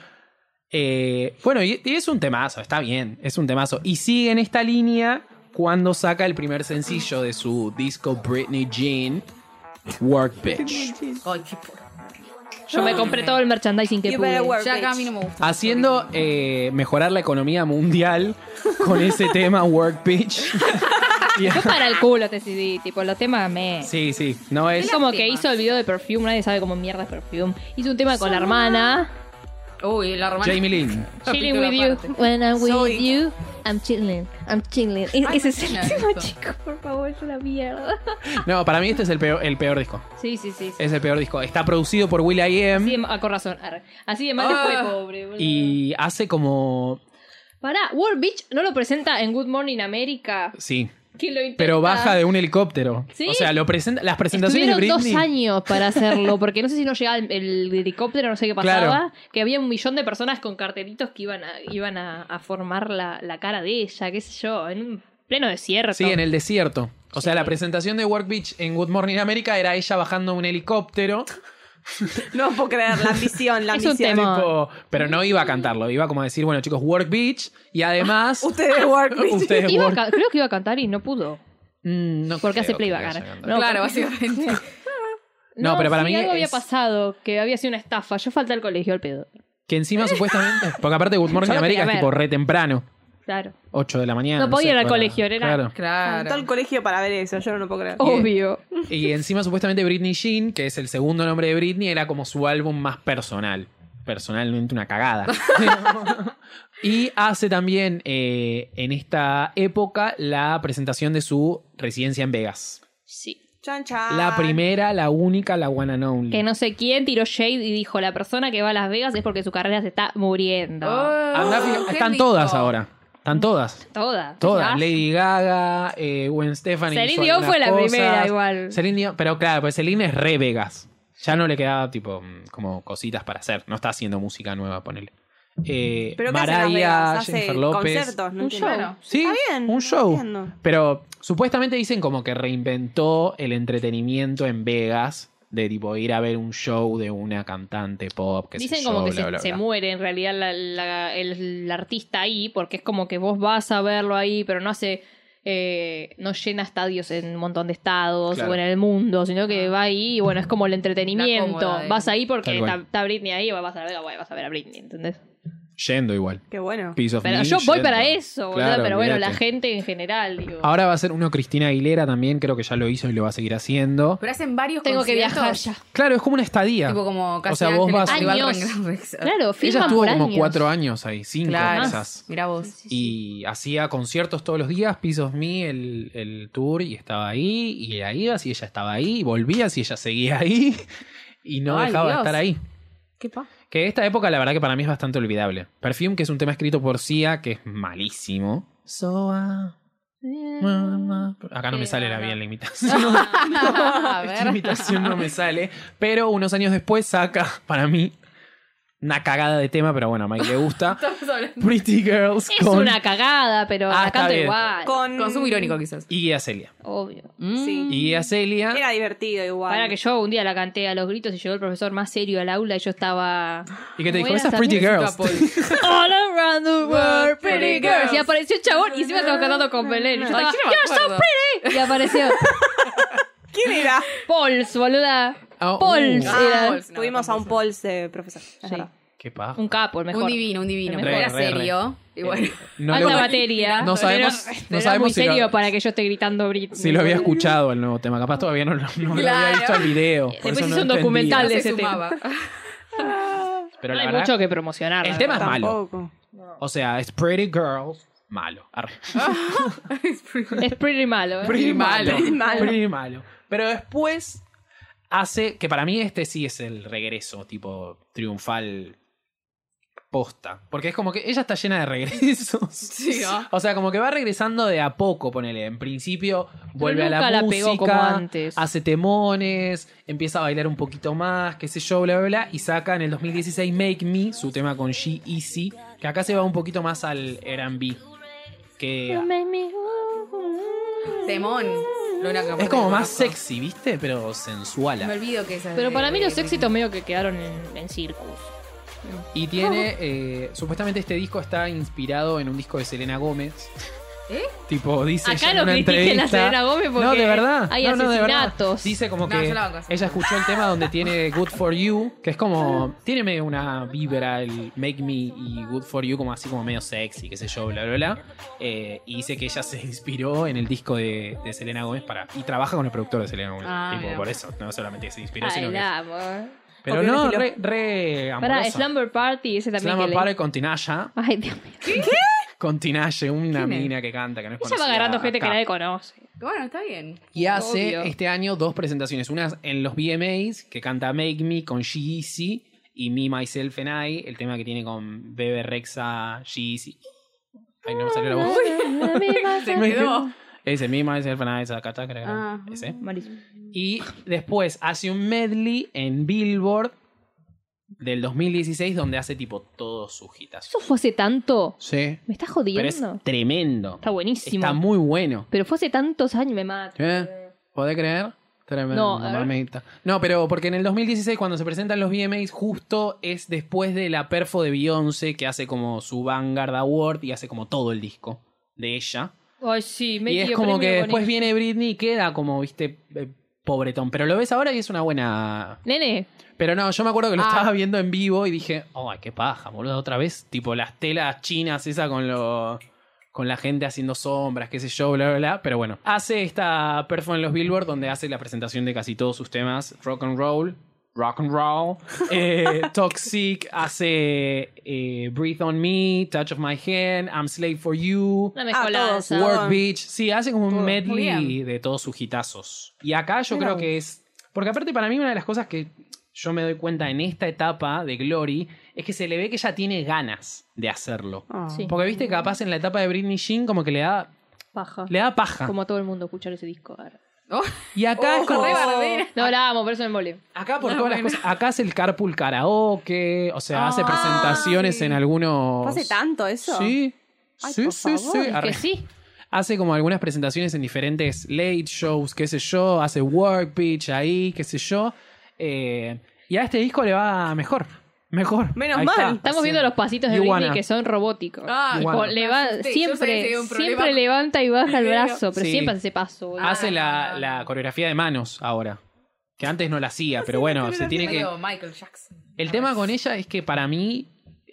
Eh, bueno, y, y es un temazo, está bien, es un temazo. Y sigue en esta línea cuando saca el primer sencillo de su disco Britney Jean, Work Bitch. Ay, qué por- Yo me compré todo el merchandising que You pude. better work, Ya acá a bitch. mí no me gusta. Haciendo eh, mejorar la economía mundial con ese tema Work Bitch. Y- Fue para el culo este C D, tipo, los temas me... sí, sí, no es... Es como que Lástima. hizo el video de Perfume, nadie sabe cómo mierda es Perfume. Hizo un tema con la hermana. Uy, la romana. Jamie Lynn. Chilling Capítulo with you. aparte. When I'm with Soy- you, I'm chilling. I'm chilling. E- Ay, Ese es el no, tema, esto. chicos, por favor, es una mierda. No, para mí este es el peor, el peor disco. Sí, sí, sí. sí. Es el peor disco. Está producido por will.i.am Así de, ah, con razón. arre. Así de mal le Ah. fue, pobre. boludo. y hace como... Pará, World Beach no lo presenta en Good Morning America. Sí, Que lo intenta. pero baja de un helicóptero. Sí. O sea, lo presenta, las presentaciones de Estuvieron Britney... dos años para hacerlo, porque no sé si no llegaba el, el helicóptero, no sé qué pasaba, Claro. que había un millón de personas con cartelitos que iban a, iban a, a formar la, la cara de ella, qué sé yo, en un pleno desierto. Sí, en el desierto. O sea, la presentación de Work Beach en Good Morning America era ella bajando un helicóptero. No puedo creer, la ambición, la Es un ambición. tema. Tipo, pero no iba a cantarlo. Iba como a decir, bueno, chicos, Work Beach. Y además... Ustedes work, bitch. ustedes Iba a work- ca- creo que iba a cantar y no pudo. Mm, no Porque hace creo que playback. vaya a ahora. cantar. No, Claro, porque- básicamente. No, pero para sí, mí algo había es- pasado, que había sido una estafa. Yo falté al colegio al pedo. Que encima supuestamente... Porque aparte Good Morning Yo lo America es quería tipo ver. re temprano. Claro. ocho de la mañana. No podía sé, ir al para- colegio, era- Claro. Claro. Todo el colegio para ver eso, yo no lo puedo creer. Obvio. Y encima supuestamente Britney Jean, que es el segundo nombre de Britney, era como su álbum más personal. Personalmente una cagada. Y hace también eh, en esta época la presentación de su residencia en Vegas. Sí. Chan, chan. La primera, la única, la one and only. Que no sé quién tiró shade y dijo, la persona que va a Las Vegas es porque su carrera se está muriendo. Oh, Anda a fijar- ¿qué están dijo? todas ahora. Están todas. Todas. Todas. Ah, Lady Gaga, eh, Gwen Stefani. Celine hizo Dion algunas fue la cosas. primera igual. Celine Dion, pero claro, pues Celine es re Vegas. Ya no le quedaba tipo mm, como cositas para hacer. No está haciendo música nueva, ponele. Eh, ¿Pero qué hace en Las Mariah, Vegas? ¿Hace Jennifer López. conciertos? No Un entiendo. show. Sí, Está bien, un no show. entiendo. Pero supuestamente dicen como que reinventó el entretenimiento en Vegas. De tipo ir a ver un show de una cantante pop. Que Dicen sé como yo, que bla, se, bla, se bla. muere en realidad la- la- el, el artista ahí, porque es como que vos vas a verlo ahí, pero no hace, eh, no llena estadios en un montón de estados Claro. o en el mundo, sino que va ahí y bueno, es como el La entretenimiento. cómoda de- Vas ahí porque Tal cual. está, está Britney ahí, vas a ver, bueno, vas a ver a Britney, ¿entendés? Yendo igual. Qué bueno. Piece of Pero Me, yo voy yendo. para eso, boludo. Claro, Pero bueno, olvídate. la gente en general, digo. Ahora va a ser uno Cristina Aguilera también, creo que ya lo hizo y lo va a seguir haciendo. Pero hacen varios Tengo que conciertos, viajar ya. Claro, es como una estadía. Tipo como casi O sea, vos Ángeles vas- Festival Años. Gran Rex. Claro, Ella filman estuvo por como años. cuatro años ahí, cinco Claro. quizás. Mirá vos. Y hacía conciertos todos los días, Piece of Me, el, el tour, y estaba ahí, y la ibas y ella estaba ahí, y volvías y ella seguía ahí, y no Ay, dejaba de Dios. estar ahí. ¿Qué pa? Que esta época la verdad que para mí es bastante olvidable. Perfume, que es un tema escrito por Sia, que es malísimo. So, ah, ma, ma. Acá no me sale la bien la imitación. A Esta ver. imitación no me sale. Pero unos años después saca, para mí, una cagada de tema, pero bueno, a Mike le gusta. Estamos hablando. Pretty Girls Es con una cagada, pero Ah, la está canto bien. igual. Con... Consumo irónico, quizás. Iggy Azalea. Obvio. Sí. Iggy Azalea. Era divertido igual. Para que yo un día la canté a los gritos y llegó el profesor más serio al aula y yo estaba... ¿Y qué te dijo? ¿Cómo era Esas esa Pretty música, Girls. All around the world, pretty Pretty girls. girls. Y apareció el chabón y encima estaba cantando con Belén. Y yo Ay, estaba, yo no me You're so acuerdo. pretty. Y apareció ¿Quién era? Pauls, boluda. Ah, uh. Pauls Ah, era. Pauls. No, Tuvimos a un tampoco. Pauls de profesor. es Sí. verdad. Qué paja. Un capo, el mejor. Un divino, un divino. El Pero mejor. era Re, re, re. serio. Y bueno. No Alta lo- batería. no sabemos- pero- no pero era sabemos muy si lo- serio para que yo esté gritando Britney. Si lo había escuchado el nuevo tema, capaz todavía no, lo- no lo Claro. había visto el video. por Después eso hizo no un documental entendía. de Se ese tema. sumaba. Pero No la hay verdad, mucho que promocionar. el la tema es verdad. malo. Tampoco. O sea, es Pretty Girls, malo. Arre. Es pretty malo. ¿eh? Pretty malo. Pretty malo. Pretty malo. Pero después hace, que para mí este sí es el regreso, tipo triunfal posta. Porque es como que ella está llena de regresos. Sí, ¿no? O sea, como que va regresando de a poco, ponele. En principio vuelve a la nunca la música, pegó como antes. hace temones, empieza a bailar un poquito más, qué sé yo, bla, bla, bla. Y saca en el dos mil dieciséis Make Me, su tema con G-Eazy, que acá se va un poquito más al R and B. Que Temón. Lo único que es como más conozco. sexy, ¿viste? Pero sensual. Me olvido que esa es Pero de- para mí los de- éxitos medio que quedaron en, en Circus. Y tiene, eh, supuestamente este disco está inspirado en un disco de Selena Gómez. ¿Eh? Tipo, dice ella Acá en no una critiquen a entrevista. Selena Gómez porque no, de verdad. hay no, no, de verdad. asesinatos. Dice como No, que yo la banco, sí. ella escuchó el tema donde tiene Good For You, que es como, tiene medio una vibra el Make Me y Good For You, como así como medio sexy, qué sé yo, bla, bla, bla. Eh, y dice que ella se inspiró en el disco de, de Selena Gómez para, y trabaja con el productor de Selena Gómez. Ah, tipo, mira. por eso, no solamente que se inspiró, Ay, sino que... la amor. Pero Copió no, el re, estilo. re Para amorosa. Slumber Party, ese también Slumber que Party leí. con Tinashe. Ay, Dios mío. Con Tinashe, una ¿Quién es? mina que canta, que no es Ella va conocida agarrando gente que acá. nadie conoce. Bueno, está bien. Y hace Obvio. este año dos presentaciones. Una en los V M As, que canta Make Me con G-Eazy y Me, Myself and I, el tema que tiene con Bebe Rexha, G-Eazy. Ay, no me salió la voz. Se quedó. Ese, Me, Myself and I, esa cata, creo. que era. Ah. Ese. Malísimo. Y después hace un medley en Billboard del dos mil dieciséis donde hace tipo todos sus hitas. ¿Eso fue hace tanto? Sí. ¿Me estás Pero es jodiendo? tremendo. Está buenísimo. Está muy bueno. Pero fue hace tantos años, me mato. ¿Eh? ¿Podés creer? Tremendo, No, a ver. mamita. No, pero porque en el dos mil dieciséis, cuando se presentan los V M As, justo es después de la perfo de Beyoncé, que hace como su Vanguard Award y hace como todo el disco de ella. Ay, sí, me Y es dio como que premio después con viene Britney y queda como, viste, eh, pobretón. Pero lo ves ahora y es una buena. Nene, Pero no, yo me acuerdo que lo Ah. estaba viendo en vivo y dije, ay, qué paja, boludo, otra vez. Tipo las telas chinas, esa con lo. Con la gente haciendo sombras, qué sé yo, bla, bla, bla. Pero bueno, hace esta perfo en los Billboard donde hace la presentación de casi todos sus temas. Rock and Roll, Rock and Roll, eh, Toxic, hace eh, Breathe on Me, Touch of My Hand, I'm Slave for You, una mezcolanza. todos. Work Beach. Sí, hace como un Todo. Muy medley bien. de todos sus hitazos. Y acá yo Mira creo vos. que es... Porque aparte para mí una de las cosas que yo me doy cuenta en esta etapa de Glory es que se le ve que ella tiene ganas de hacerlo. Ah. Sí. Porque viste que capaz en la etapa de Britney Jean como que le da, Paja. le da paja. Como todo el mundo escuchar ese disco. ahora. Oh, Y acá es como... re bardera. No, la amo, por eso me mole. Acá por No, todas las bueno. cosas. Acá hace el carpool karaoke. O sea, hace Ah, presentaciones sí. en algunos... ¿Hace tanto eso? Sí. Ay, sí, por sí, favor. sí. Es Es Arre. que sí. Hace como algunas presentaciones en diferentes late shows, qué sé yo. Hace work pitch ahí, qué sé yo. Eh, y a este disco le va mejor. Mejor. Menos Ahí mal. está. Estamos viendo los pasitos de You Britney wanna. que son robóticos. Ah, Igual. Con- le va- me asusté. Yo siempre, sabía que había un problema siempre levanta y baja el primero. brazo, pero Sí. siempre hace ese paso. boludo. Hace la, Ah. la coreografía de manos ahora. Que antes no la hacía, pero bueno, se tiene que... Medio Michael Jackson. El tema con ella es que para mí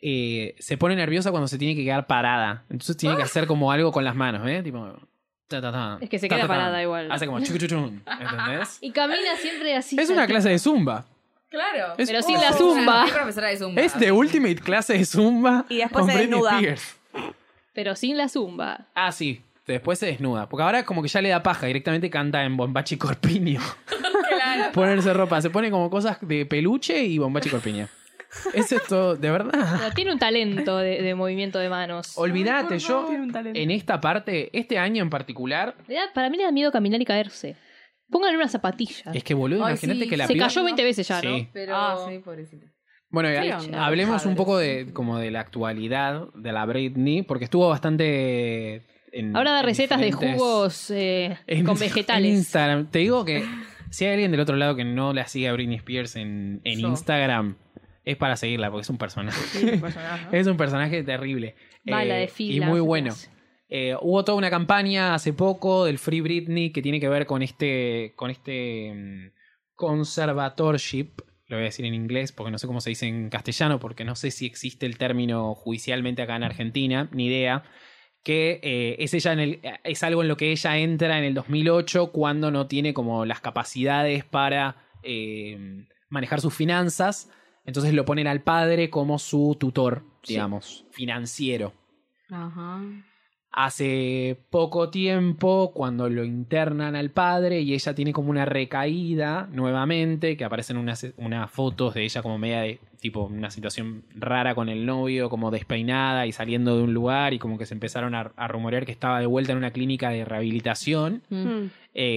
eh, se pone nerviosa cuando se tiene que quedar parada. Entonces tiene que hacer como algo con las manos, ¿eh? Tipo... Ta, ta, ta, Es que se ta, queda ta, ta. parada igual. Hace como chucuchuchun, ¿entendés? Y camina siempre así. Es una clase de zumba. Claro. Es- Pero sin Oh. la zumba. Es profesora de zumba. Es The Ultimate clase de zumba Y después con se Britney desnuda. Spears. Pero sin la zumba. Ah, sí. Después se desnuda. Porque ahora como que ya le da paja. Directamente canta en Bombachi Corpiño. Claro. Ponerse ropa. Se pone como cosas de peluche y Bombachi Corpiño. Eso es todo. De verdad. Pero tiene un talento de, de movimiento de manos. Olvídate, yo Tiene un talento. en esta parte, este año en particular, Le da- Para mí le da miedo caminar y caerse. Pónganle una zapatilla. es que boludo, Ay, imagínate sí. que la Se piba- cayó veinte veces ya, ¿no? Sí. Pero... Ah, sí, pobrecita. Bueno, ¿Qué ha- onda? hablemos un Padres. poco de como de la actualidad de la Britney, porque estuvo bastante en, Ahora da en recetas de diferentes- jugos eh, en- con en vegetales. Instagram. Te digo que si hay alguien del otro lado que no la sigue a Britney Spears en, en Yo. Instagram, es para seguirla, porque es un personaje. Sí, un personaje, ¿no? Es un personaje terrible. Bala Eh, de fila. y muy se bueno. hace. Eh, hubo toda una campaña hace poco del Free Britney que tiene que ver con este, con este mm, conservatorship, lo voy a decir en inglés porque no sé cómo se dice en castellano, porque no sé si existe el término judicialmente acá en Argentina, ni idea, que eh, es, ella en el, es algo en lo que ella entra en el dos mil ocho cuando no tiene como las capacidades para eh, manejar sus finanzas, entonces lo ponen al padre como su tutor, digamos, financiero. Ajá. Hace poco tiempo, cuando lo internan al padre y ella tiene como una recaída nuevamente, que aparecen unas, unas fotos de ella como media de tipo una situación rara con el novio, como despeinada y saliendo de un lugar y como que se empezaron a, a rumorear que estaba de vuelta en una clínica de rehabilitación, Mm.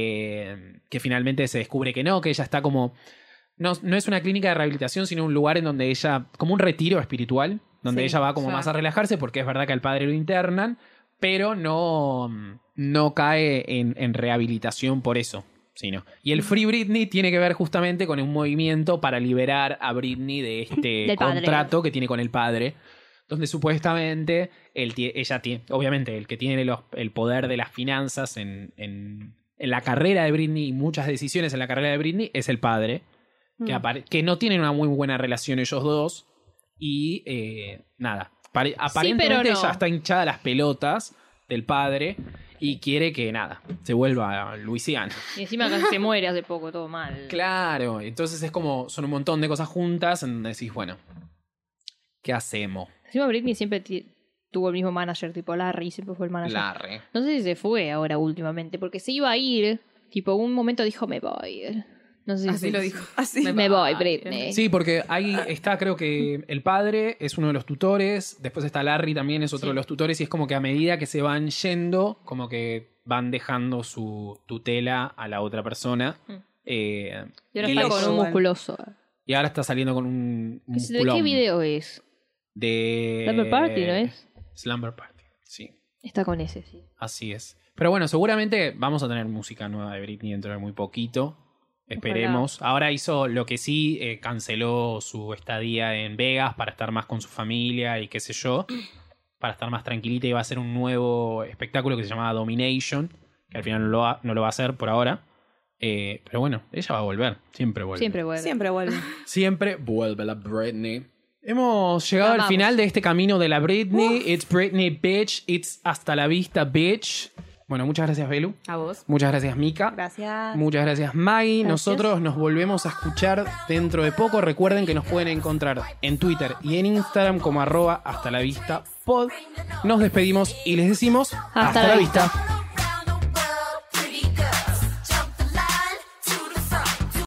eh, que finalmente se descubre que no, que ella está como... No, no es una clínica de rehabilitación, sino un lugar en donde ella... como un retiro espiritual, donde Sí, ella va como o sea. más a relajarse porque es verdad que al padre lo internan, pero no, no cae en, en rehabilitación por eso. Sino. Y el Free Britney tiene que ver justamente con un movimiento para liberar a Britney de este Del padre. contrato que tiene con el padre, donde supuestamente él, tie- ella tiene, obviamente el que tiene los- el poder de las finanzas en, en, en la carrera de Britney y muchas decisiones en la carrera de Britney es el padre, que, apare- que no tienen una muy buena relación ellos dos y eh, nada. Pare- aparentemente pero no. ella está hinchada a las pelotas del padre y quiere que nada, se vuelva Luisiana. Y encima casi se muere hace poco, todo mal. Claro, entonces es como, son un montón de cosas juntas en donde decís, bueno, ¿qué hacemos? Encima Britney siempre ti- tuvo el mismo manager, tipo Larry, siempre fue el manager. Larry. No sé si se fue ahora últimamente, porque se iba a ir. Tipo, un momento dijo, me voy. No sé si Así se- lo dijo. Así. Me voy, Britney. Sí, porque ahí está, creo que el padre es uno de los tutores, después está Larry también, es otro Sí. de los tutores, y es como que a medida que se van yendo, como que van dejando su tutela a la otra persona. Mm. Eh, Y ahora y está ella- con un igual. musculoso. y ahora está saliendo con un ¿De qué musculón. video es? De... Slumber Party, ¿no es? Slumber Party, sí. Está con ese, sí. Así es. Pero bueno, seguramente vamos a tener música nueva de Britney dentro de muy poquito. Esperemos. Ahora hizo lo que sí, eh, canceló su estadía en Vegas para estar más con su familia y qué sé yo. Para estar más tranquilita y va a hacer un nuevo espectáculo que se llama Domination. Que al final no lo va, no lo va a hacer por ahora. Eh, pero bueno, ella va a volver. Siempre vuelve. Siempre vuelve. Siempre vuelve. Siempre vuelve la Britney. Hemos llegado La al amamos. final de este camino de la Britney. It's Britney, bitch. It's hasta la vista, bitch. Bueno, muchas gracias, Belu. A vos. Muchas gracias, Mika. Gracias. Muchas gracias, Maggie. Gracias. Nosotros nos volvemos a escuchar dentro de poco. Recuerden que nos pueden encontrar en Twitter y en Instagram como arroba hasta la vista pod. Nos despedimos y les decimos Hasta la vista.